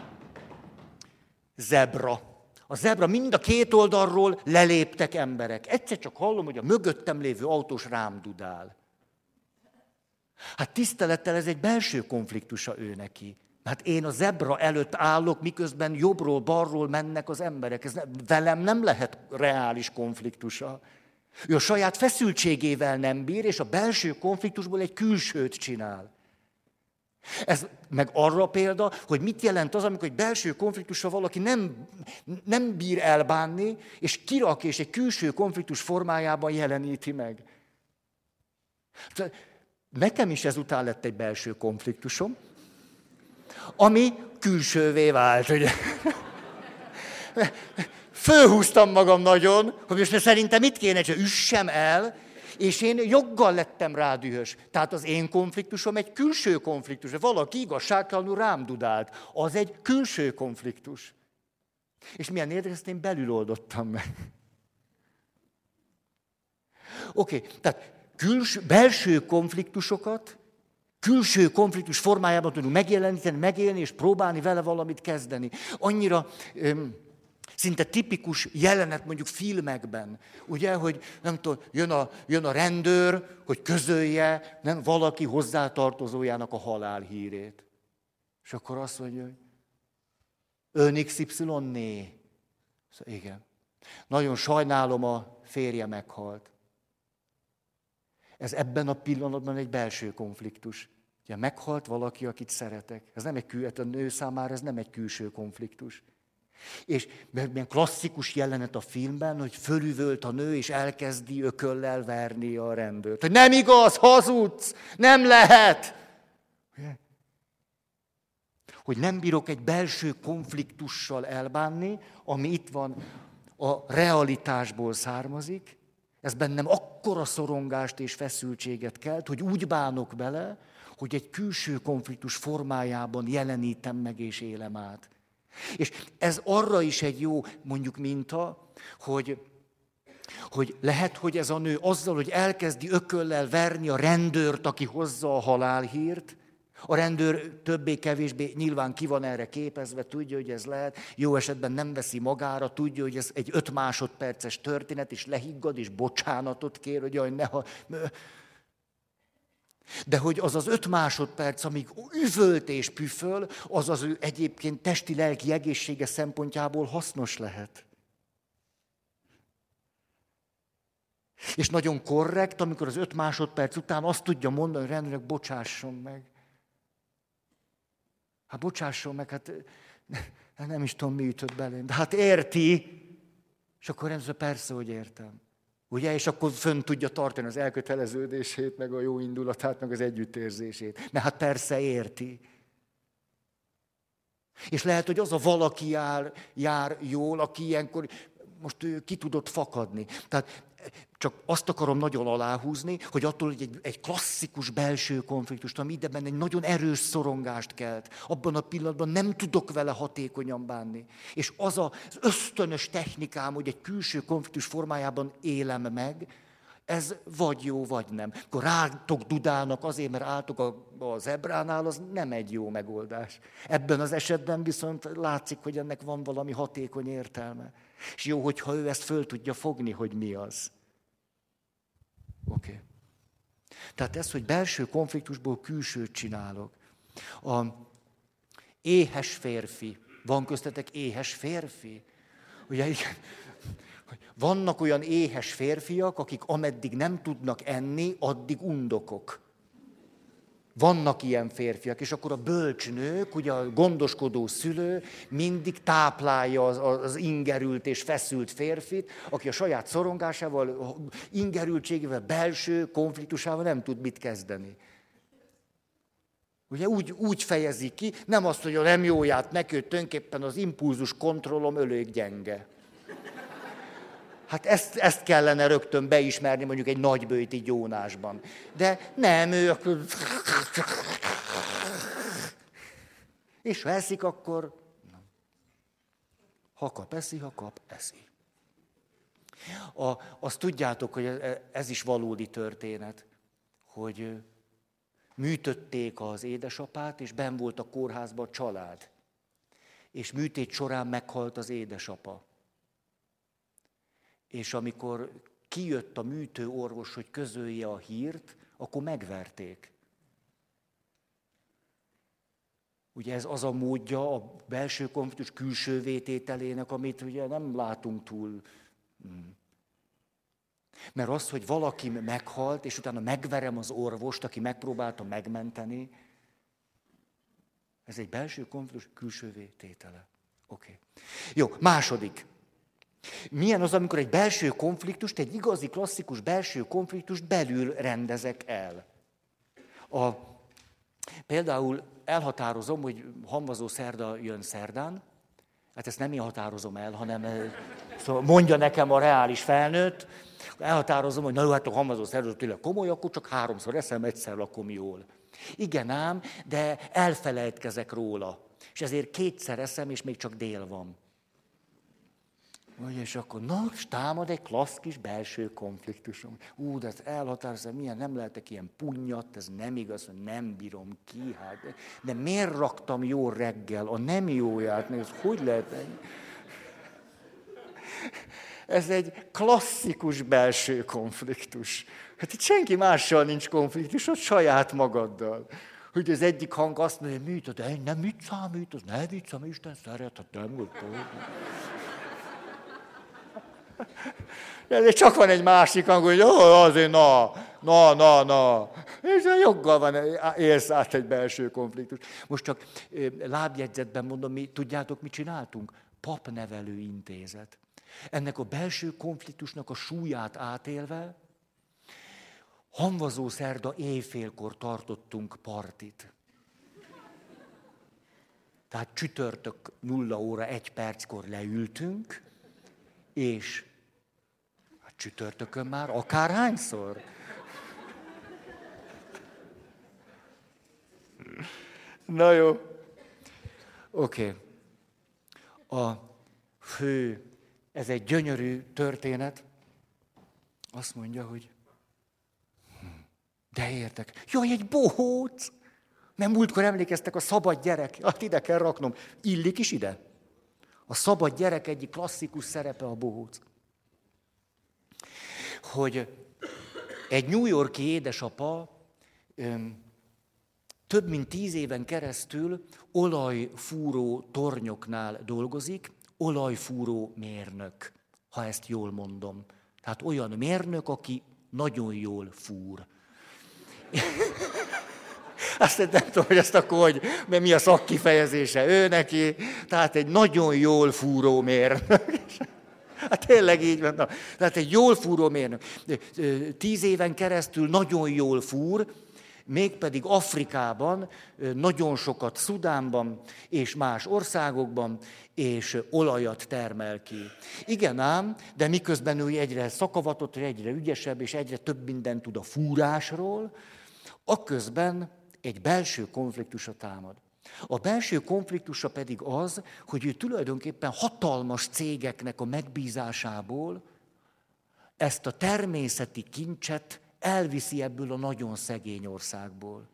zebra. A zebra mind a két oldalról leléptek emberek. Egyszer csak hallom, hogy a mögöttem lévő autós rám dudál. Hát tisztelettel ez egy belső konfliktusa ő neki. Hát én a zebra előtt állok, miközben jobbról, balról mennek az emberek. Ez ne, velem nem lehet reális konfliktusa. Ő a saját feszültségével nem bír, és a belső konfliktusból egy külsőt csinál. Ez meg arra példa, hogy mit jelent az, amikor egy belső konfliktussal valaki nem, nem bír elbánni, és kirak, és egy külső konfliktus formájában jeleníti meg. Nekem is ezután lett egy belső konfliktusom, ami külsővé vált. Ugye? Fölhúztam magam nagyon, hogy most szerintem mit kéne, hogy üssem el, és én joggal lettem rá dühös. Tehát az én konfliktusom egy külső konfliktus. Valaki igazságtalanul rám dudált. Az egy külső konfliktus. És milyen érdekes, ezt én belül oldottam meg. Oké, okay, tehát külső, belső konfliktusokat külső konfliktus formájában tudunk megjeleníteni, megélni, és próbálni vele valamit kezdeni. Annyira... Öm, Szinte tipikus jelenet mondjuk filmekben, ugye, hogy nem tudom, jön a, jön a rendőr, hogy közölje nem, valaki hozzátartozójának a halálhírét. És akkor azt mondja, hogy ön iksz ipszilon-né. Szóval igen. Nagyon sajnálom, a férje meghalt. Ez ebben a pillanatban egy belső konfliktus. Ugye meghalt valaki, akit szeretek. Ez nem egy kül, a nő számára ez nem egy külső konfliktus. És milyen klasszikus jelenet a filmben, hogy fölüvölt a nő, és elkezdi ököllel verni a rendőrt. Hogy nem igaz, hazudsz, nem lehet. Hogy nem bírok egy belső konfliktussal elbánni, ami itt van, a realitásból származik, ez bennem akkora szorongást és feszültséget kelt, hogy úgy bánok bele, hogy egy külső konfliktus formájában jelenítem meg és élem át. És ez arra is egy jó, mondjuk minta, hogy, hogy lehet, hogy ez a nő azzal, hogy elkezdi ököllel verni a rendőrt, aki hozza a halálhírt, a rendőr többé-kevésbé nyilván ki van erre képezve, tudja, hogy ez lehet, jó esetben nem veszi magára, tudja, hogy ez egy öt másodperces történet, és lehiggad, és bocsánatot kér, hogy jaj, ne ha... De hogy az az öt másodperc, amíg üvölt és püföl, az az ő egyébként testi-lelki egészsége szempontjából hasznos lehet. És nagyon korrekt, amikor az öt másodperc után azt tudja mondani, hogy rendőrnek bocsásson meg. Hát bocsásson meg, hát nem is tudom, mi ütött belém. De hát érti. És akkor rendőr, persze, hogy értem. Ugye? És akkor fönn tudja tartani az elköteleződését, meg a jó indulatát, meg az együttérzését. Mert hát persze érti. És lehet, hogy az a valaki jár, jár jól, aki ilyenkor most ő ki tudott fakadni. Tehát csak azt akarom nagyon aláhúzni, hogy attól, hogy egy, egy klasszikus belső konfliktust, ami ideben egy nagyon erős szorongást kelt, abban a pillanatban nem tudok vele hatékonyan bánni. És az az ösztönös technikám, hogy egy külső konfliktus formájában élem meg, ez vagy jó, vagy nem. Akkor rátok dudálnak azért, mert álltok a, a zebránál, az nem egy jó megoldás. Ebben az esetben viszont látszik, hogy ennek van valami hatékony értelme. És jó, hogyha ő ezt föl tudja fogni, hogy mi az. Oké. Okay. Tehát ez, hogy belső konfliktusból külsőt csinálok. A éhes férfi. Van köztetek éhes férfi? Ugye igen. Vannak olyan éhes férfiak, akik ameddig nem tudnak enni, addig undokok. Vannak ilyen férfiak, és akkor a bölcsnők, ugye a gondoskodó szülő mindig táplálja az, az ingerült és feszült férfit, aki a saját szorongásával, ingerültségével, belső konfliktusával nem tud mit kezdeni. Ugye úgy, úgy fejezi ki, nem azt, hogy a nem jóját neki, hogy tulajdonképpen az impulzus kontrollom elég gyenge. Hát ezt, ezt kellene rögtön beismerni mondjuk egy nagybőjti gyónásban. De nem, ő akkor... És ha eszik, akkor... Ha kap, eszi, ha kap, eszi. A, azt tudjátok, hogy ez is valódi történet, hogy műtötték az édesapát, és benn volt a kórházban a család. És műtét során meghalt az édesapa. És amikor kijött a műtőorvos, hogy közölje a hírt, akkor megverték. Ugye ez az a módja a belső konfliktus külső vétételének, amit ugye nem látunk túl. Mert az, hogy valaki meghalt, és utána megverem az orvost, aki megpróbálta megmenteni, ez egy belső konfliktus külső vététele. Oké. Okay. Jó, második. Milyen az, amikor egy belső konfliktust, egy igazi klasszikus belső konfliktust belül rendezek el? A, például elhatározom, hogy hamvazó szerda jön szerdán, hát ezt nem én határozom el, hanem szóval mondja nekem a reális felnőtt, elhatározom, hogy na jó, hát a hamvazó szerda tényleg komoly, akkor csak háromszor eszem, egyszer lakom jól. Igen ám, de elfelejtkezek róla, és ezért kétszer eszem, és még csak dél van. És akkor, na, és támad egy klassz kis belső konfliktusom. Ú, de ezt elhatározom, milyen, nem lehetek ilyen punnyat, ez nem igaz, nem bírom ki. Hát. De miért raktam jó reggel a nem jóját? Ez hogy lehet? Ez egy klasszikus belső konfliktus. Hát itt senki mással nincs konfliktus, ott saját magaddal. Hogy az egyik hang azt mondja, hogy műt, de nem mit számít, az ne viccem, Isten szeret, hát nem volt. De csak van egy másik hang, hogy oh, azért na, na, na, na. És a joggal van, élsz át egy belső konfliktus. Most csak lábjegyzetben mondom, mi, tudjátok, mit csináltunk? Papnevelő intézet. Ennek a belső konfliktusnak a súlyát átélve, hamvazó szerda éjfélkor tartottunk partit. Tehát csütörtök nulla óra egy perckor leültünk, és hát csütörtökön már akárhányszor. Na jó. Oké. Okay. A fő, ez egy gyönyörű történet. Azt mondja, hogy de értek. Jaj, egy bohóc! Nem múltkor emlékeztek a szabad gyerek. Hát ide kell raknom. Illik is ide. A szabad gyerek egyik klasszikus szerepe a bohóc. Hogy egy New York-i édesapa öm, több mint tíz éven keresztül olajfúró tornyoknál dolgozik, olajfúró mérnök, ha ezt jól mondom. Tehát olyan mérnök, aki nagyon jól fúr. Azt nem tudom, hogy ezt akkor, hogy, mert mi a szakkifejezése ő neki, tehát egy nagyon jól fúró mérnök. Hát tényleg így van. Na. Tehát egy jól fúró mérnök. Tíz éven keresztül nagyon jól fúr, mégpedig Afrikában, nagyon sokat Szudánban és más országokban, és olajat termel ki. Igen ám, de miközben ő egyre szakavatott, egyre ügyesebb, és egyre több mindent tud a fúrásról, akközben egy belső konfliktusa támad. A belső konfliktusa pedig az, hogy ő tulajdonképpen hatalmas cégeknek a megbízásából ezt a természeti kincset elviszi ebből a nagyon szegény országból.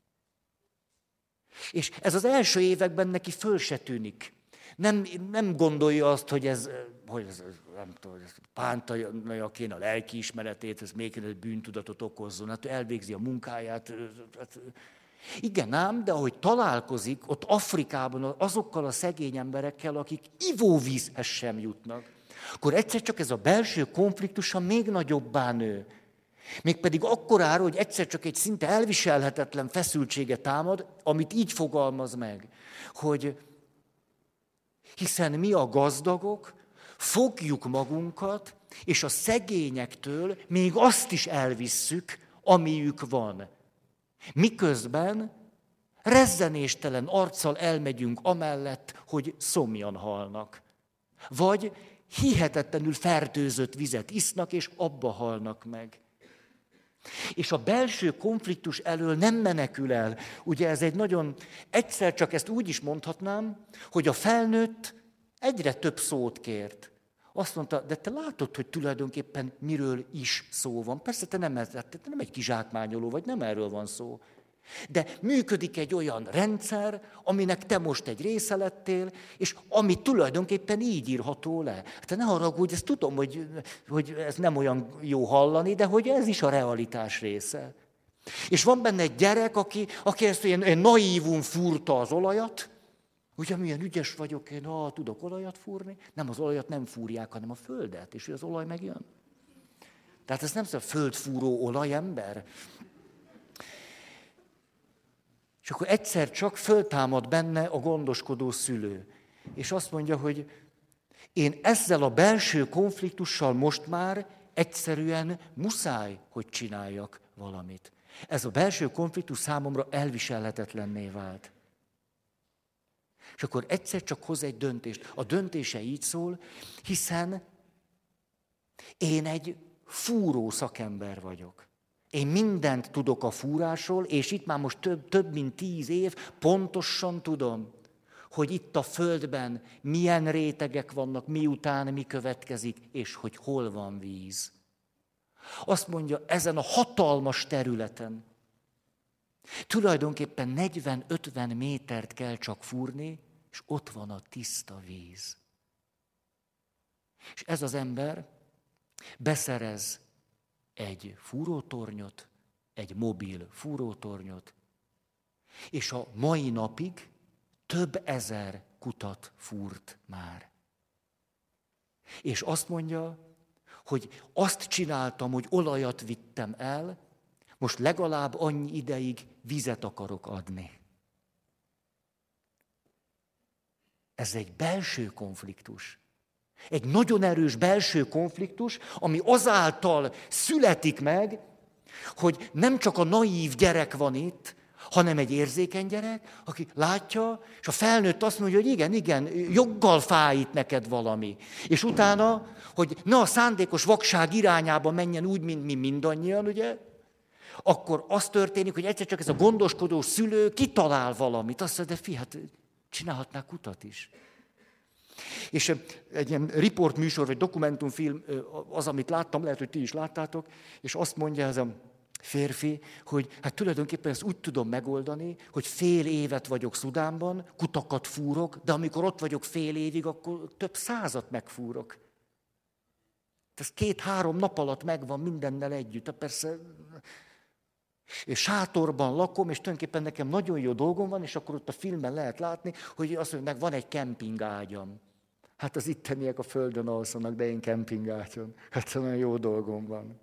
És ez az első években neki föl se tűnik. Nem, nem gondolja azt, hogy ez, hogy ez nem tudom, ez pántolja kéne a lelkiismeretét, ez még egy bűntudatot okozzon, hát elvégzi a munkáját. Hát, igen ám, de ahogy találkozik ott Afrikában azokkal a szegény emberekkel, akik ivóvízhez sem jutnak, akkor egyszer csak ez a belső konfliktusa még nagyobbá nő. Mégpedig akkorára, hogy egyszer csak egy szinte elviselhetetlen feszültsége támad, amit így fogalmaz meg, hogy hiszen mi a gazdagok fogjuk magunkat, és a szegényektől még azt is elvisszük, amiük van. Miközben rezzenéstelen arccal elmegyünk amellett, hogy szomjan halnak. Vagy hihetetlenül fertőzött vizet isznak, és abba halnak meg. És a belső konfliktus elől nem menekül el. Ugye ez egy nagyon, egyszer csak ezt úgy is mondhatnám, hogy a felnőtt egyre több szót kért. Azt mondta, de te látod, hogy tulajdonképpen miről is szó van. Persze te nem, te nem egy kizsákmányoló vagy, nem erről van szó. De működik egy olyan rendszer, aminek te most egy része lettél, és ami tulajdonképpen így írható le. Te ne haragudj, ezt tudom, hogy, hogy ez nem olyan jó hallani, de hogy ez is a realitás része. És van benne egy gyerek, aki, aki ezt ilyen, ilyen naívun fúrta az olajat, ugye milyen ügyes vagyok én, ah, tudok olajat fúrni. Nem, az olajat nem fúrják, hanem a földet, és az olaj megjön. Tehát ez nem szóval földfúró olajember. És akkor egyszer csak föltámad benne a gondoskodó szülő. És azt mondja, hogy én ezzel a belső konfliktussal most már egyszerűen muszáj, hogy csináljak valamit. Ez a belső konfliktus számomra elviselhetetlenné vált. És akkor egyszer csak hoz egy döntést. A döntése így szól, hiszen én egy fúró szakember vagyok. Én mindent tudok a fúrásról, és itt már most több, több mint tíz év, pontosan tudom, hogy itt a földben milyen rétegek vannak, miután mi következik, és hogy hol van víz. Azt mondja, ezen a hatalmas területen tulajdonképpen negyven-ötven métert kell csak fúrni, és ott van a tiszta víz. És ez az ember beszerez egy fúrótornyot, egy mobil fúrótornyot, és a mai napig több ezer kutat fúrt már. És azt mondja, hogy azt csináltam, hogy olajat vittem el, most legalább annyi ideig vizet akarok adni. Ez egy belső konfliktus. Egy nagyon erős belső konfliktus, ami azáltal születik meg, hogy nem csak a naív gyerek van itt, hanem egy érzékeny gyerek, aki látja, és a felnőtt azt mondja, hogy igen, igen, joggal fáj itt neked valami. És utána, hogy ne a szándékos vakság irányába menjen úgy, mint mi mindannyian, ugye, akkor az történik, hogy egyszer csak ez a gondoskodó szülő kitalál valamit. Azt mondja, de fi, hát csinálhatnák kutat is. És egy ilyen riportműsor, vagy dokumentumfilm az, amit láttam, lehet, hogy ti is láttátok, és azt mondja ez a férfi, hogy hát tulajdonképpen ezt úgy tudom megoldani, hogy fél évet vagyok Szudánban, kutakat fúrok, de amikor ott vagyok fél évig, akkor több százat megfúrok. Ez két-három nap alatt megvan mindennel együtt. Persze, és sátorban lakom, és tulajdonképpen nekem nagyon jó dolgom van, és akkor ott a filmben lehet látni, hogy azt mondja, meg van egy kempingágyam. Hát az itteniek a földön alszanak, de én kempingágyon. Hát nagyon jó dolgom van.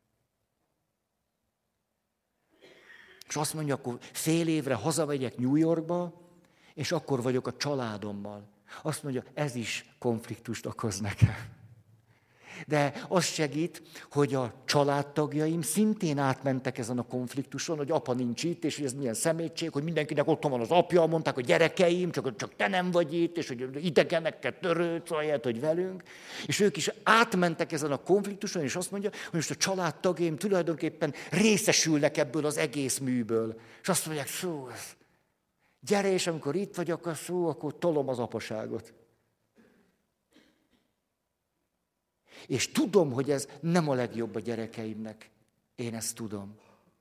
És azt mondja, akkor fél évre hazamegyek New Yorkba, és akkor vagyok a családommal. Azt mondja, ez is konfliktust okoz nekem. De az segít, hogy a családtagjaim szintén átmentek ezen a konfliktuson, hogy apa nincs itt, és hogy ez milyen szemétség, hogy mindenkinek otthon van az apja, mondták, hogy gyerekeim, csak, csak te nem vagy itt, és hogy idegenekkel törődsz, ahelyett, hogy velünk. És ők is átmentek ezen a konfliktuson, és azt mondja, hogy most a családtagjaim tulajdonképpen részesülnek ebből az egész műből. És azt mondják, szó, gyere, és amikor itt vagy, akkor szó, akkor tolom az apaságot. És tudom, hogy ez nem a legjobb a gyerekeimnek. Én ezt tudom.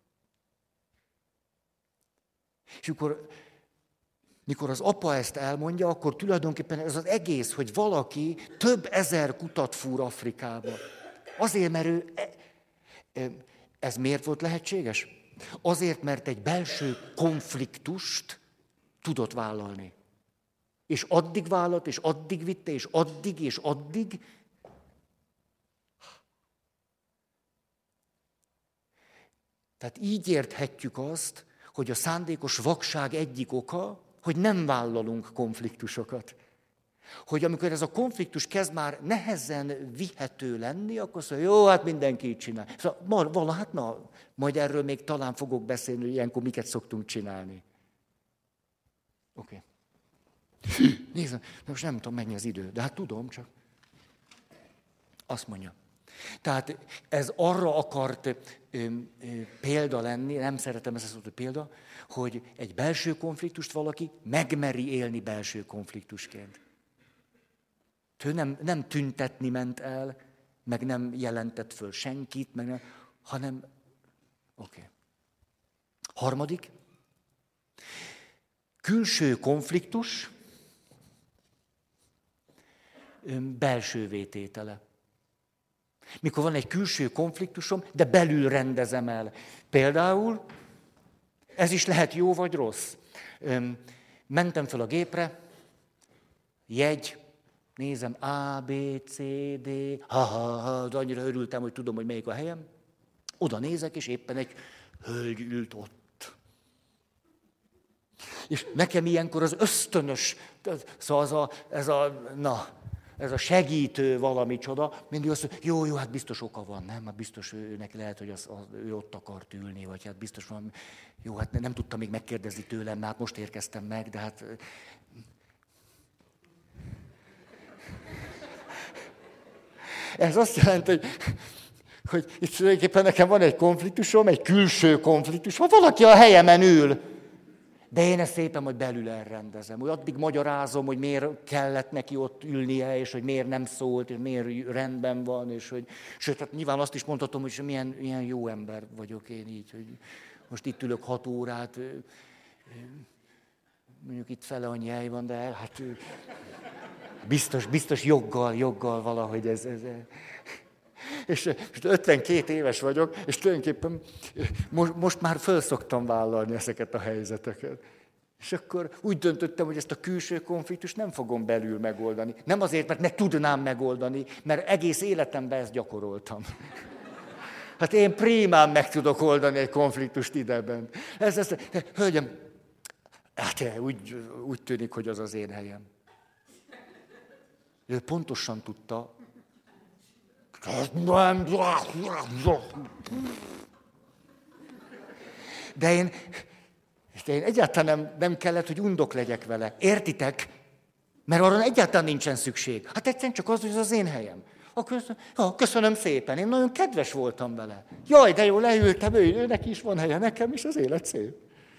És akkor, mikor az apa ezt elmondja, akkor tulajdonképpen ez az egész, hogy valaki több ezer kutat fúr Afrikába. Azért, mert ő... Ez miért volt lehetséges? Azért, mert egy belső konfliktust tudott vállalni. És addig vállalt, és addig vitte, és addig, és addig... Tehát így érthetjük azt, hogy a szándékos vakság egyik oka, hogy nem vállalunk konfliktusokat. Hogy amikor ez a konfliktus kezd már nehezen vihető lenni, akkor azt mondja, jó, hát mindenki így csinál. Szóval, vala, hát na, majd erről még talán fogok beszélni, hogy ilyenkor miket szoktunk csinálni. Oké. Okay. Nézd, most nem tudom, mennyi az idő, de hát tudom, csak azt mondja. Tehát ez arra akart ö, ö, példa lenni, nem szeretem ezt a szót, hogy példa, hogy egy belső konfliktust valaki megmeri élni belső konfliktusként. Ő nem, nem tüntetni ment el, meg nem jelentett föl senkit, meg nem, hanem oké. Okay. Harmadik. Külső konfliktus ö, belső vététele. Mikor van egy külső konfliktusom, de belül rendezem el. Például, ez is lehet jó vagy rossz. Mentem fel a gépre, jegy, nézem A, B, C, D, ha, ha, ha, de annyira örültem, hogy tudom, hogy melyik a helyem. Oda nézek, és éppen egy hölgy ült ott. És nekem ilyenkor az ösztönös, szóval az a, ez a, na... ez a segítő valami csoda, mindig azt mondja, jó, jó, hát biztos oka van, nem? Hát biztos őnek lehet, hogy az, az, ő ott akart ülni, vagy hát biztos van, jó, hát nem tudtam még megkérdezni tőlem, mert hát most érkeztem meg, de hát... Ez azt jelenti, hogy, hogy itt tulajdonképpen nekem van egy konfliktusom, egy külső konfliktus, ha valaki a helyemen ül, de én ezt szépen majd belül elrendezem. Hogy addig magyarázom, hogy miért kellett neki ott ülnie, és hogy miért nem szólt, és miért rendben van, és hogy... Sőt, hát nyilván azt is mondhatom, hogy milyen, milyen jó ember vagyok én így, hogy most itt ülök hat órát, mondjuk itt fele annyi hely van, de hát biztos, biztos joggal, joggal valahogy ez... ez És most ötvenkét éves vagyok, és tulajdonképpen most, most már föl szoktam vállalni ezeket a helyzeteket. És akkor úgy döntöttem, hogy ezt a külső konfliktust nem fogom belül megoldani. Nem azért, mert ne tudnám megoldani, mert egész életemben ezt gyakoroltam. Hát én prímán meg tudok oldani egy konfliktust ideben. Ez, ez, hölgyem, hát úgy, úgy tűnik, hogy az az én helyem. Ő pontosan tudta, de én, de én egyáltalán nem, nem kellett, hogy undok legyek vele. Értitek? Mert arra egyáltalán nincsen szükség. Hát egyszerűen csak az, hogy ez az én helyem. Akkor köszönöm, köszönöm szépen, én nagyon kedves voltam vele. Jaj, de jó, leültem, ő, őnek is van helye, nekem is az élet szép.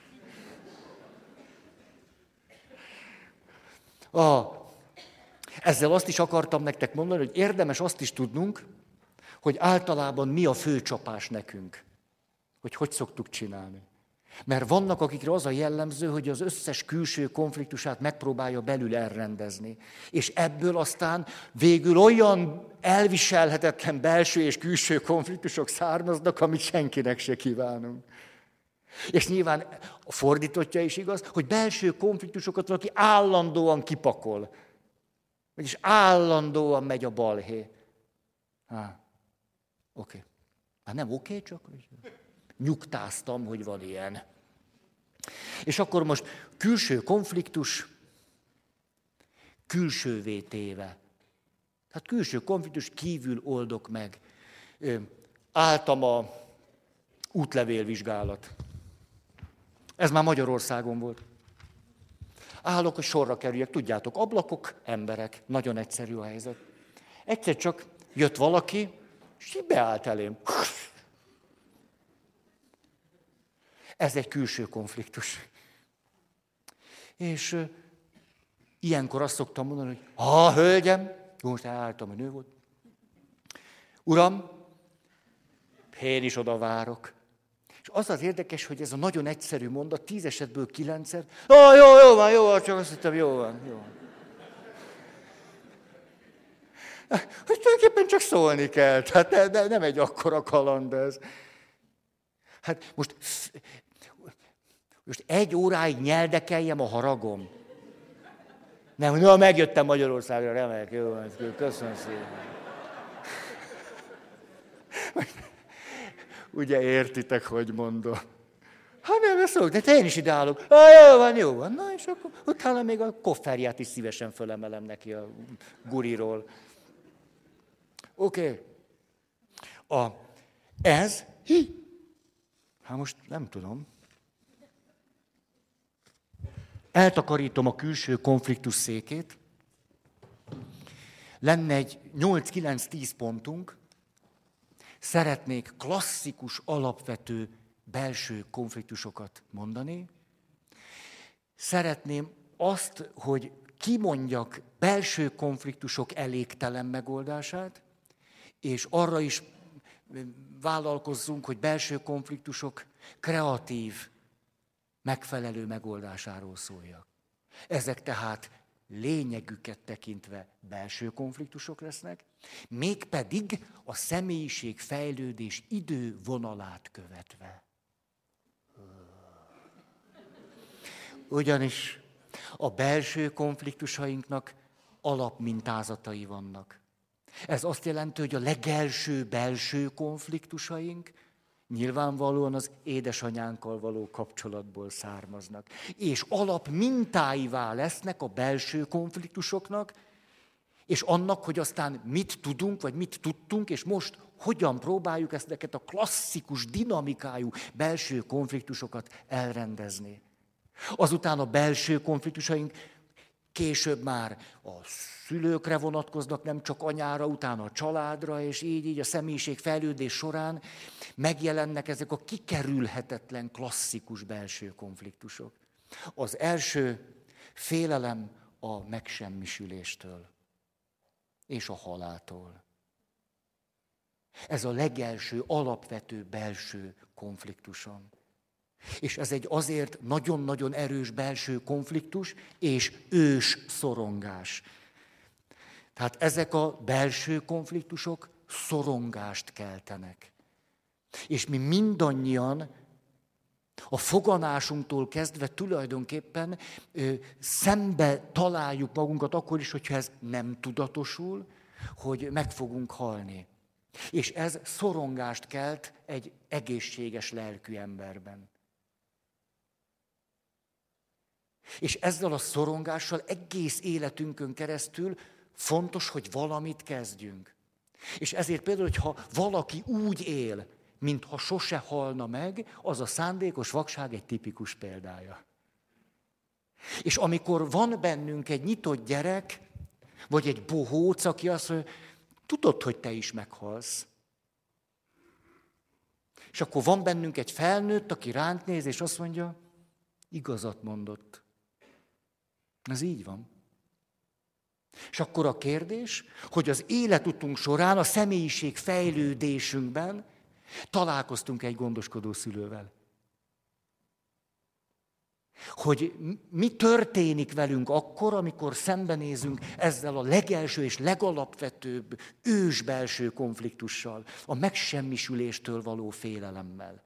Ah, ezzel azt is akartam nektek mondani, hogy érdemes azt is tudnunk, hogy általában mi a fő csapás nekünk. Hogy hogy szoktuk csinálni. Mert vannak, akikre az a jellemző, hogy az összes külső konfliktusát megpróbálja belül elrendezni. És ebből aztán végül olyan elviselhetetlen belső és külső konfliktusok származnak, amit senkinek se kívánunk. És nyilván a fordítottja is igaz, hogy belső konfliktusokat valaki állandóan kipakol. Vagyis állandóan megy a balhé. Há, oké. Okay. Hát nem oké, okay, csak nyugtáztam, hogy van ilyen. És akkor most külső konfliktus, külsővé téve. Tehát külső konfliktus kívül oldok meg. Álltam a útlevélvizsgálat. Ez már Magyarországon volt. Állok, hogy sorra kerüljek, tudjátok, ablakok, emberek, nagyon egyszerű a helyzet. Egyszer csak jött valaki, és így beállt elém. Ez egy külső konfliktus. És ilyenkor azt szoktam mondani, hogy ha, hölgyem, most elálltam, hogy nő volt. Uram, én is oda várok. És az az érdekes, hogy ez a nagyon egyszerű mondat, tíz esetből kilencszer, ah, jó, jó van, jó van, csak azt hittem, jó van, jó van. Hogy tulajdonképpen csak szólni kell, tehát ne, ne, nem egy akkora kaland ez. Hát most, most egy óráig nyeldekeljem a haragom. Nem, no, megjöttem Magyarországra, remek, jó van, köszönöm szépen. Ugye értitek, hogy mondom. Hát nem, ezt szólok, de te én is ide állok. Ah, jó van, jó van. Na, és akkor utána még a kofferját is szívesen fölemelem neki a guriról. Oké. Okay. A, ez, hi, hát most nem tudom. Eltakarítom a külső konfliktus székét. Lenne egy nyolc-kilenc-tíz pontunk. Szeretnék klasszikus, alapvető belső konfliktusokat mondani. Szeretném azt, hogy kimondjak belső konfliktusok elégtelen megoldását, és arra is vállalkozzunk, hogy belső konfliktusok kreatív, megfelelő megoldásáról szóljak. Ezek tehát lényegüket tekintve belső konfliktusok lesznek, mégpedig a személyiség fejlődés idővonalát követve. Ugyanis a belső konfliktusainknak alapmintázatai vannak. Ez azt jelenti, hogy a legelső belső konfliktusaink nyilvánvalóan az édesanyánkkal való kapcsolatból származnak. És alapmintáivá lesznek a belső konfliktusoknak, és annak, hogy aztán mit tudunk, vagy mit tudtunk, és most hogyan próbáljuk ezeket a klasszikus dinamikájú belső konfliktusokat elrendezni. Azután a belső konfliktusaink később már a szülőkre vonatkoznak, nem csak anyára, utána a családra, és így, így a személyiség fejlődés során megjelennek ezek a kikerülhetetlen klasszikus belső konfliktusok. Az első félelem a megsemmisüléstől és a haláltól. Ez a legelső, alapvető belső konfliktusom. És ez egy azért nagyon-nagyon erős belső konfliktus és ős szorongás. Tehát ezek a belső konfliktusok szorongást keltenek. És mi mindannyian a foganásunktól kezdve tulajdonképpen ö, szembe találjuk magunkat akkor is, hogyha ez nem tudatosul, hogy meg fogunk halni. És ez szorongást kelt egy egészséges lelkű emberben. És ezzel a szorongással egész életünkön keresztül fontos, hogy valamit kezdjünk. És ezért például, hogyha valaki úgy él, mintha sose halna meg, az a szándékos vakság egy tipikus példája. És amikor van bennünk egy nyitott gyerek, vagy egy bohóc, aki azt mondja, tudod, hogy te is meghalsz. És akkor van bennünk egy felnőtt, aki ránk néz, és azt mondja, igazat mondott. Ez így van. És akkor a kérdés, hogy az életutunk során, a személyiség fejlődésünkben találkoztunk egy gondoskodó szülővel. Hogy mi történik velünk akkor, amikor szembenézünk ezzel a legelső és legalapvetőbb ős belső konfliktussal, a megsemmisüléstől való félelemmel.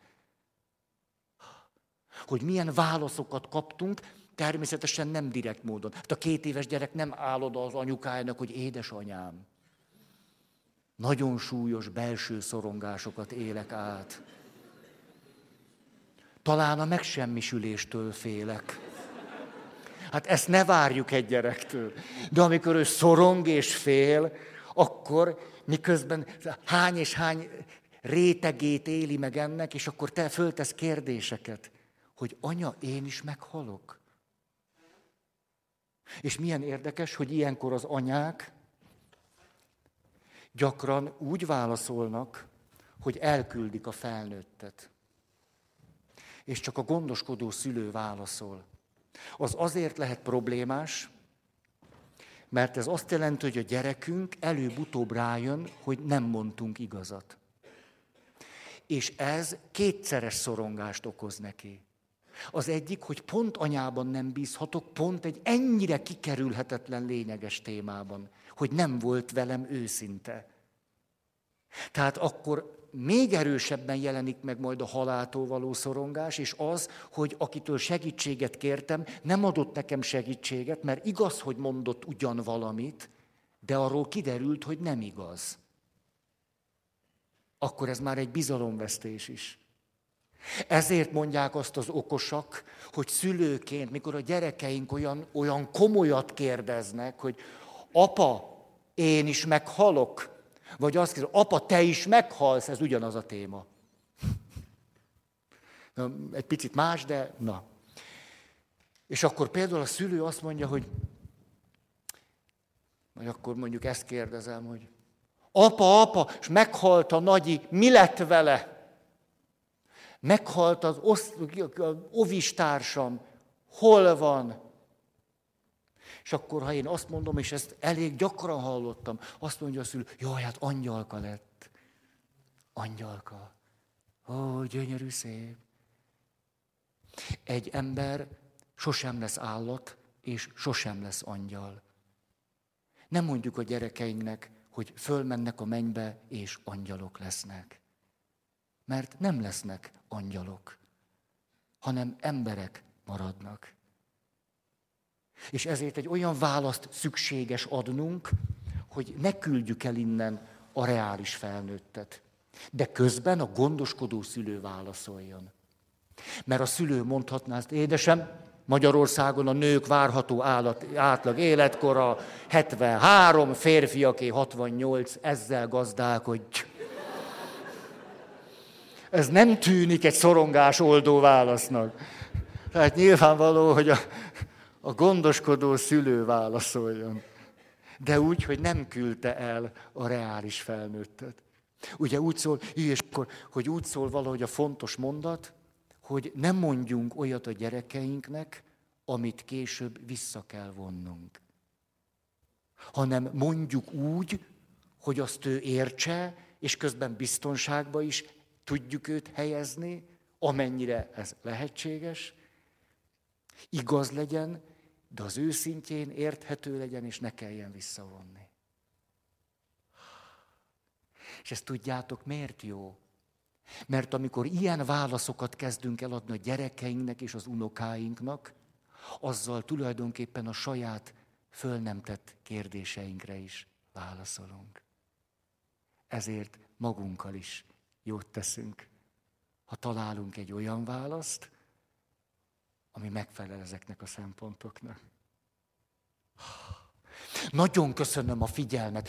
Hogy milyen válaszokat kaptunk, természetesen nem direkt módon. Hát a két éves gyerek nem áll oda az anyukájának, hogy édesanyám. Nagyon súlyos belső szorongásokat élek át. Talán a megsemmisüléstől félek. Hát ezt ne várjuk egy gyerektől. De amikor ő szorong és fél, akkor miközben hány és hány rétegét éli meg ennek, és akkor te föltesz kérdéseket, hogy anya, én is meghalok. És milyen érdekes, hogy ilyenkor az anyák gyakran úgy válaszolnak, hogy elküldik a felnőttet. És csak a gondoskodó szülő válaszol. Az azért lehet problémás, mert ez azt jelenti, hogy a gyerekünk előbb-utóbb rájön, hogy nem mondtunk igazat. És ez kétszeres szorongást okoz neki. Az egyik, hogy pont anyában nem bízhatok, pont egy ennyire kikerülhetetlen lényeges témában, hogy nem volt velem őszinte. Tehát akkor még erősebben jelenik meg majd a haláltól való szorongás, és az, hogy akitől segítséget kértem, nem adott nekem segítséget, mert igaz, hogy mondott ugyan valamit, de arról kiderült, hogy nem igaz. Akkor ez már egy bizalomvesztés is. Ezért mondják azt az okosak, hogy szülőként, mikor a gyerekeink olyan, olyan komolyat kérdeznek, hogy apa, én is meghalok, vagy azt kérdezik, apa, te is meghalsz, ez ugyanaz a téma. Na, egy picit más, de na. És akkor például a szülő azt mondja, hogy, vagy akkor mondjuk ezt kérdezem, hogy apa, apa, és meghalt a nagyi, mi lett vele? Meghalt az osz, ovistársam, hol van? És akkor, ha én azt mondom, és ezt elég gyakran hallottam, azt mondja a szülő, jaj, hát angyalka lett. Angyalka. Ó, gyönyörű, szép. Egy ember sosem lesz állat, és sosem lesz angyal. Nem mondjuk a gyerekeinknek, hogy fölmennek a mennybe, és angyalok lesznek. Mert nem lesznek angyalok, hanem emberek maradnak. És ezért egy olyan választ szükséges adnunk, hogy ne küldjük el innen a reális felnőttet. De közben a gondoskodó szülő válaszoljon. Mert a szülő mondhatná azt, édesem, Magyarországon a nők várható állat, átlag életkora hetvenhárom, férfiaké hatvannyolc, ezzel gazdálkodj. Ez nem tűnik egy szorongás oldó válasznak. Tehát nyilvánvaló, hogy a, a gondoskodó szülő válaszoljon. De úgy, hogy nem küldte el a reális felnőttet. Ugye úgy szól, és akkor, hogy úgy szól valahogy a fontos mondat, hogy nem mondjunk olyat a gyerekeinknek, amit később vissza kell vonnunk. Hanem mondjuk úgy, hogy azt ő értse, és közben biztonságba is tudjuk őt helyezni, amennyire ez lehetséges, igaz legyen, de az őszintjén érthető legyen, és ne kelljen visszavonni. És ezt tudjátok, miért jó? Mert amikor ilyen válaszokat kezdünk eladni a gyerekeinknek és az unokáinknak, azzal tulajdonképpen a saját föl nem tett kérdéseinkre is válaszolunk. Ezért magunkkal is jót teszünk, ha találunk egy olyan választ, ami megfelel ezeknek a szempontoknak. Nagyon köszönöm a figyelmet.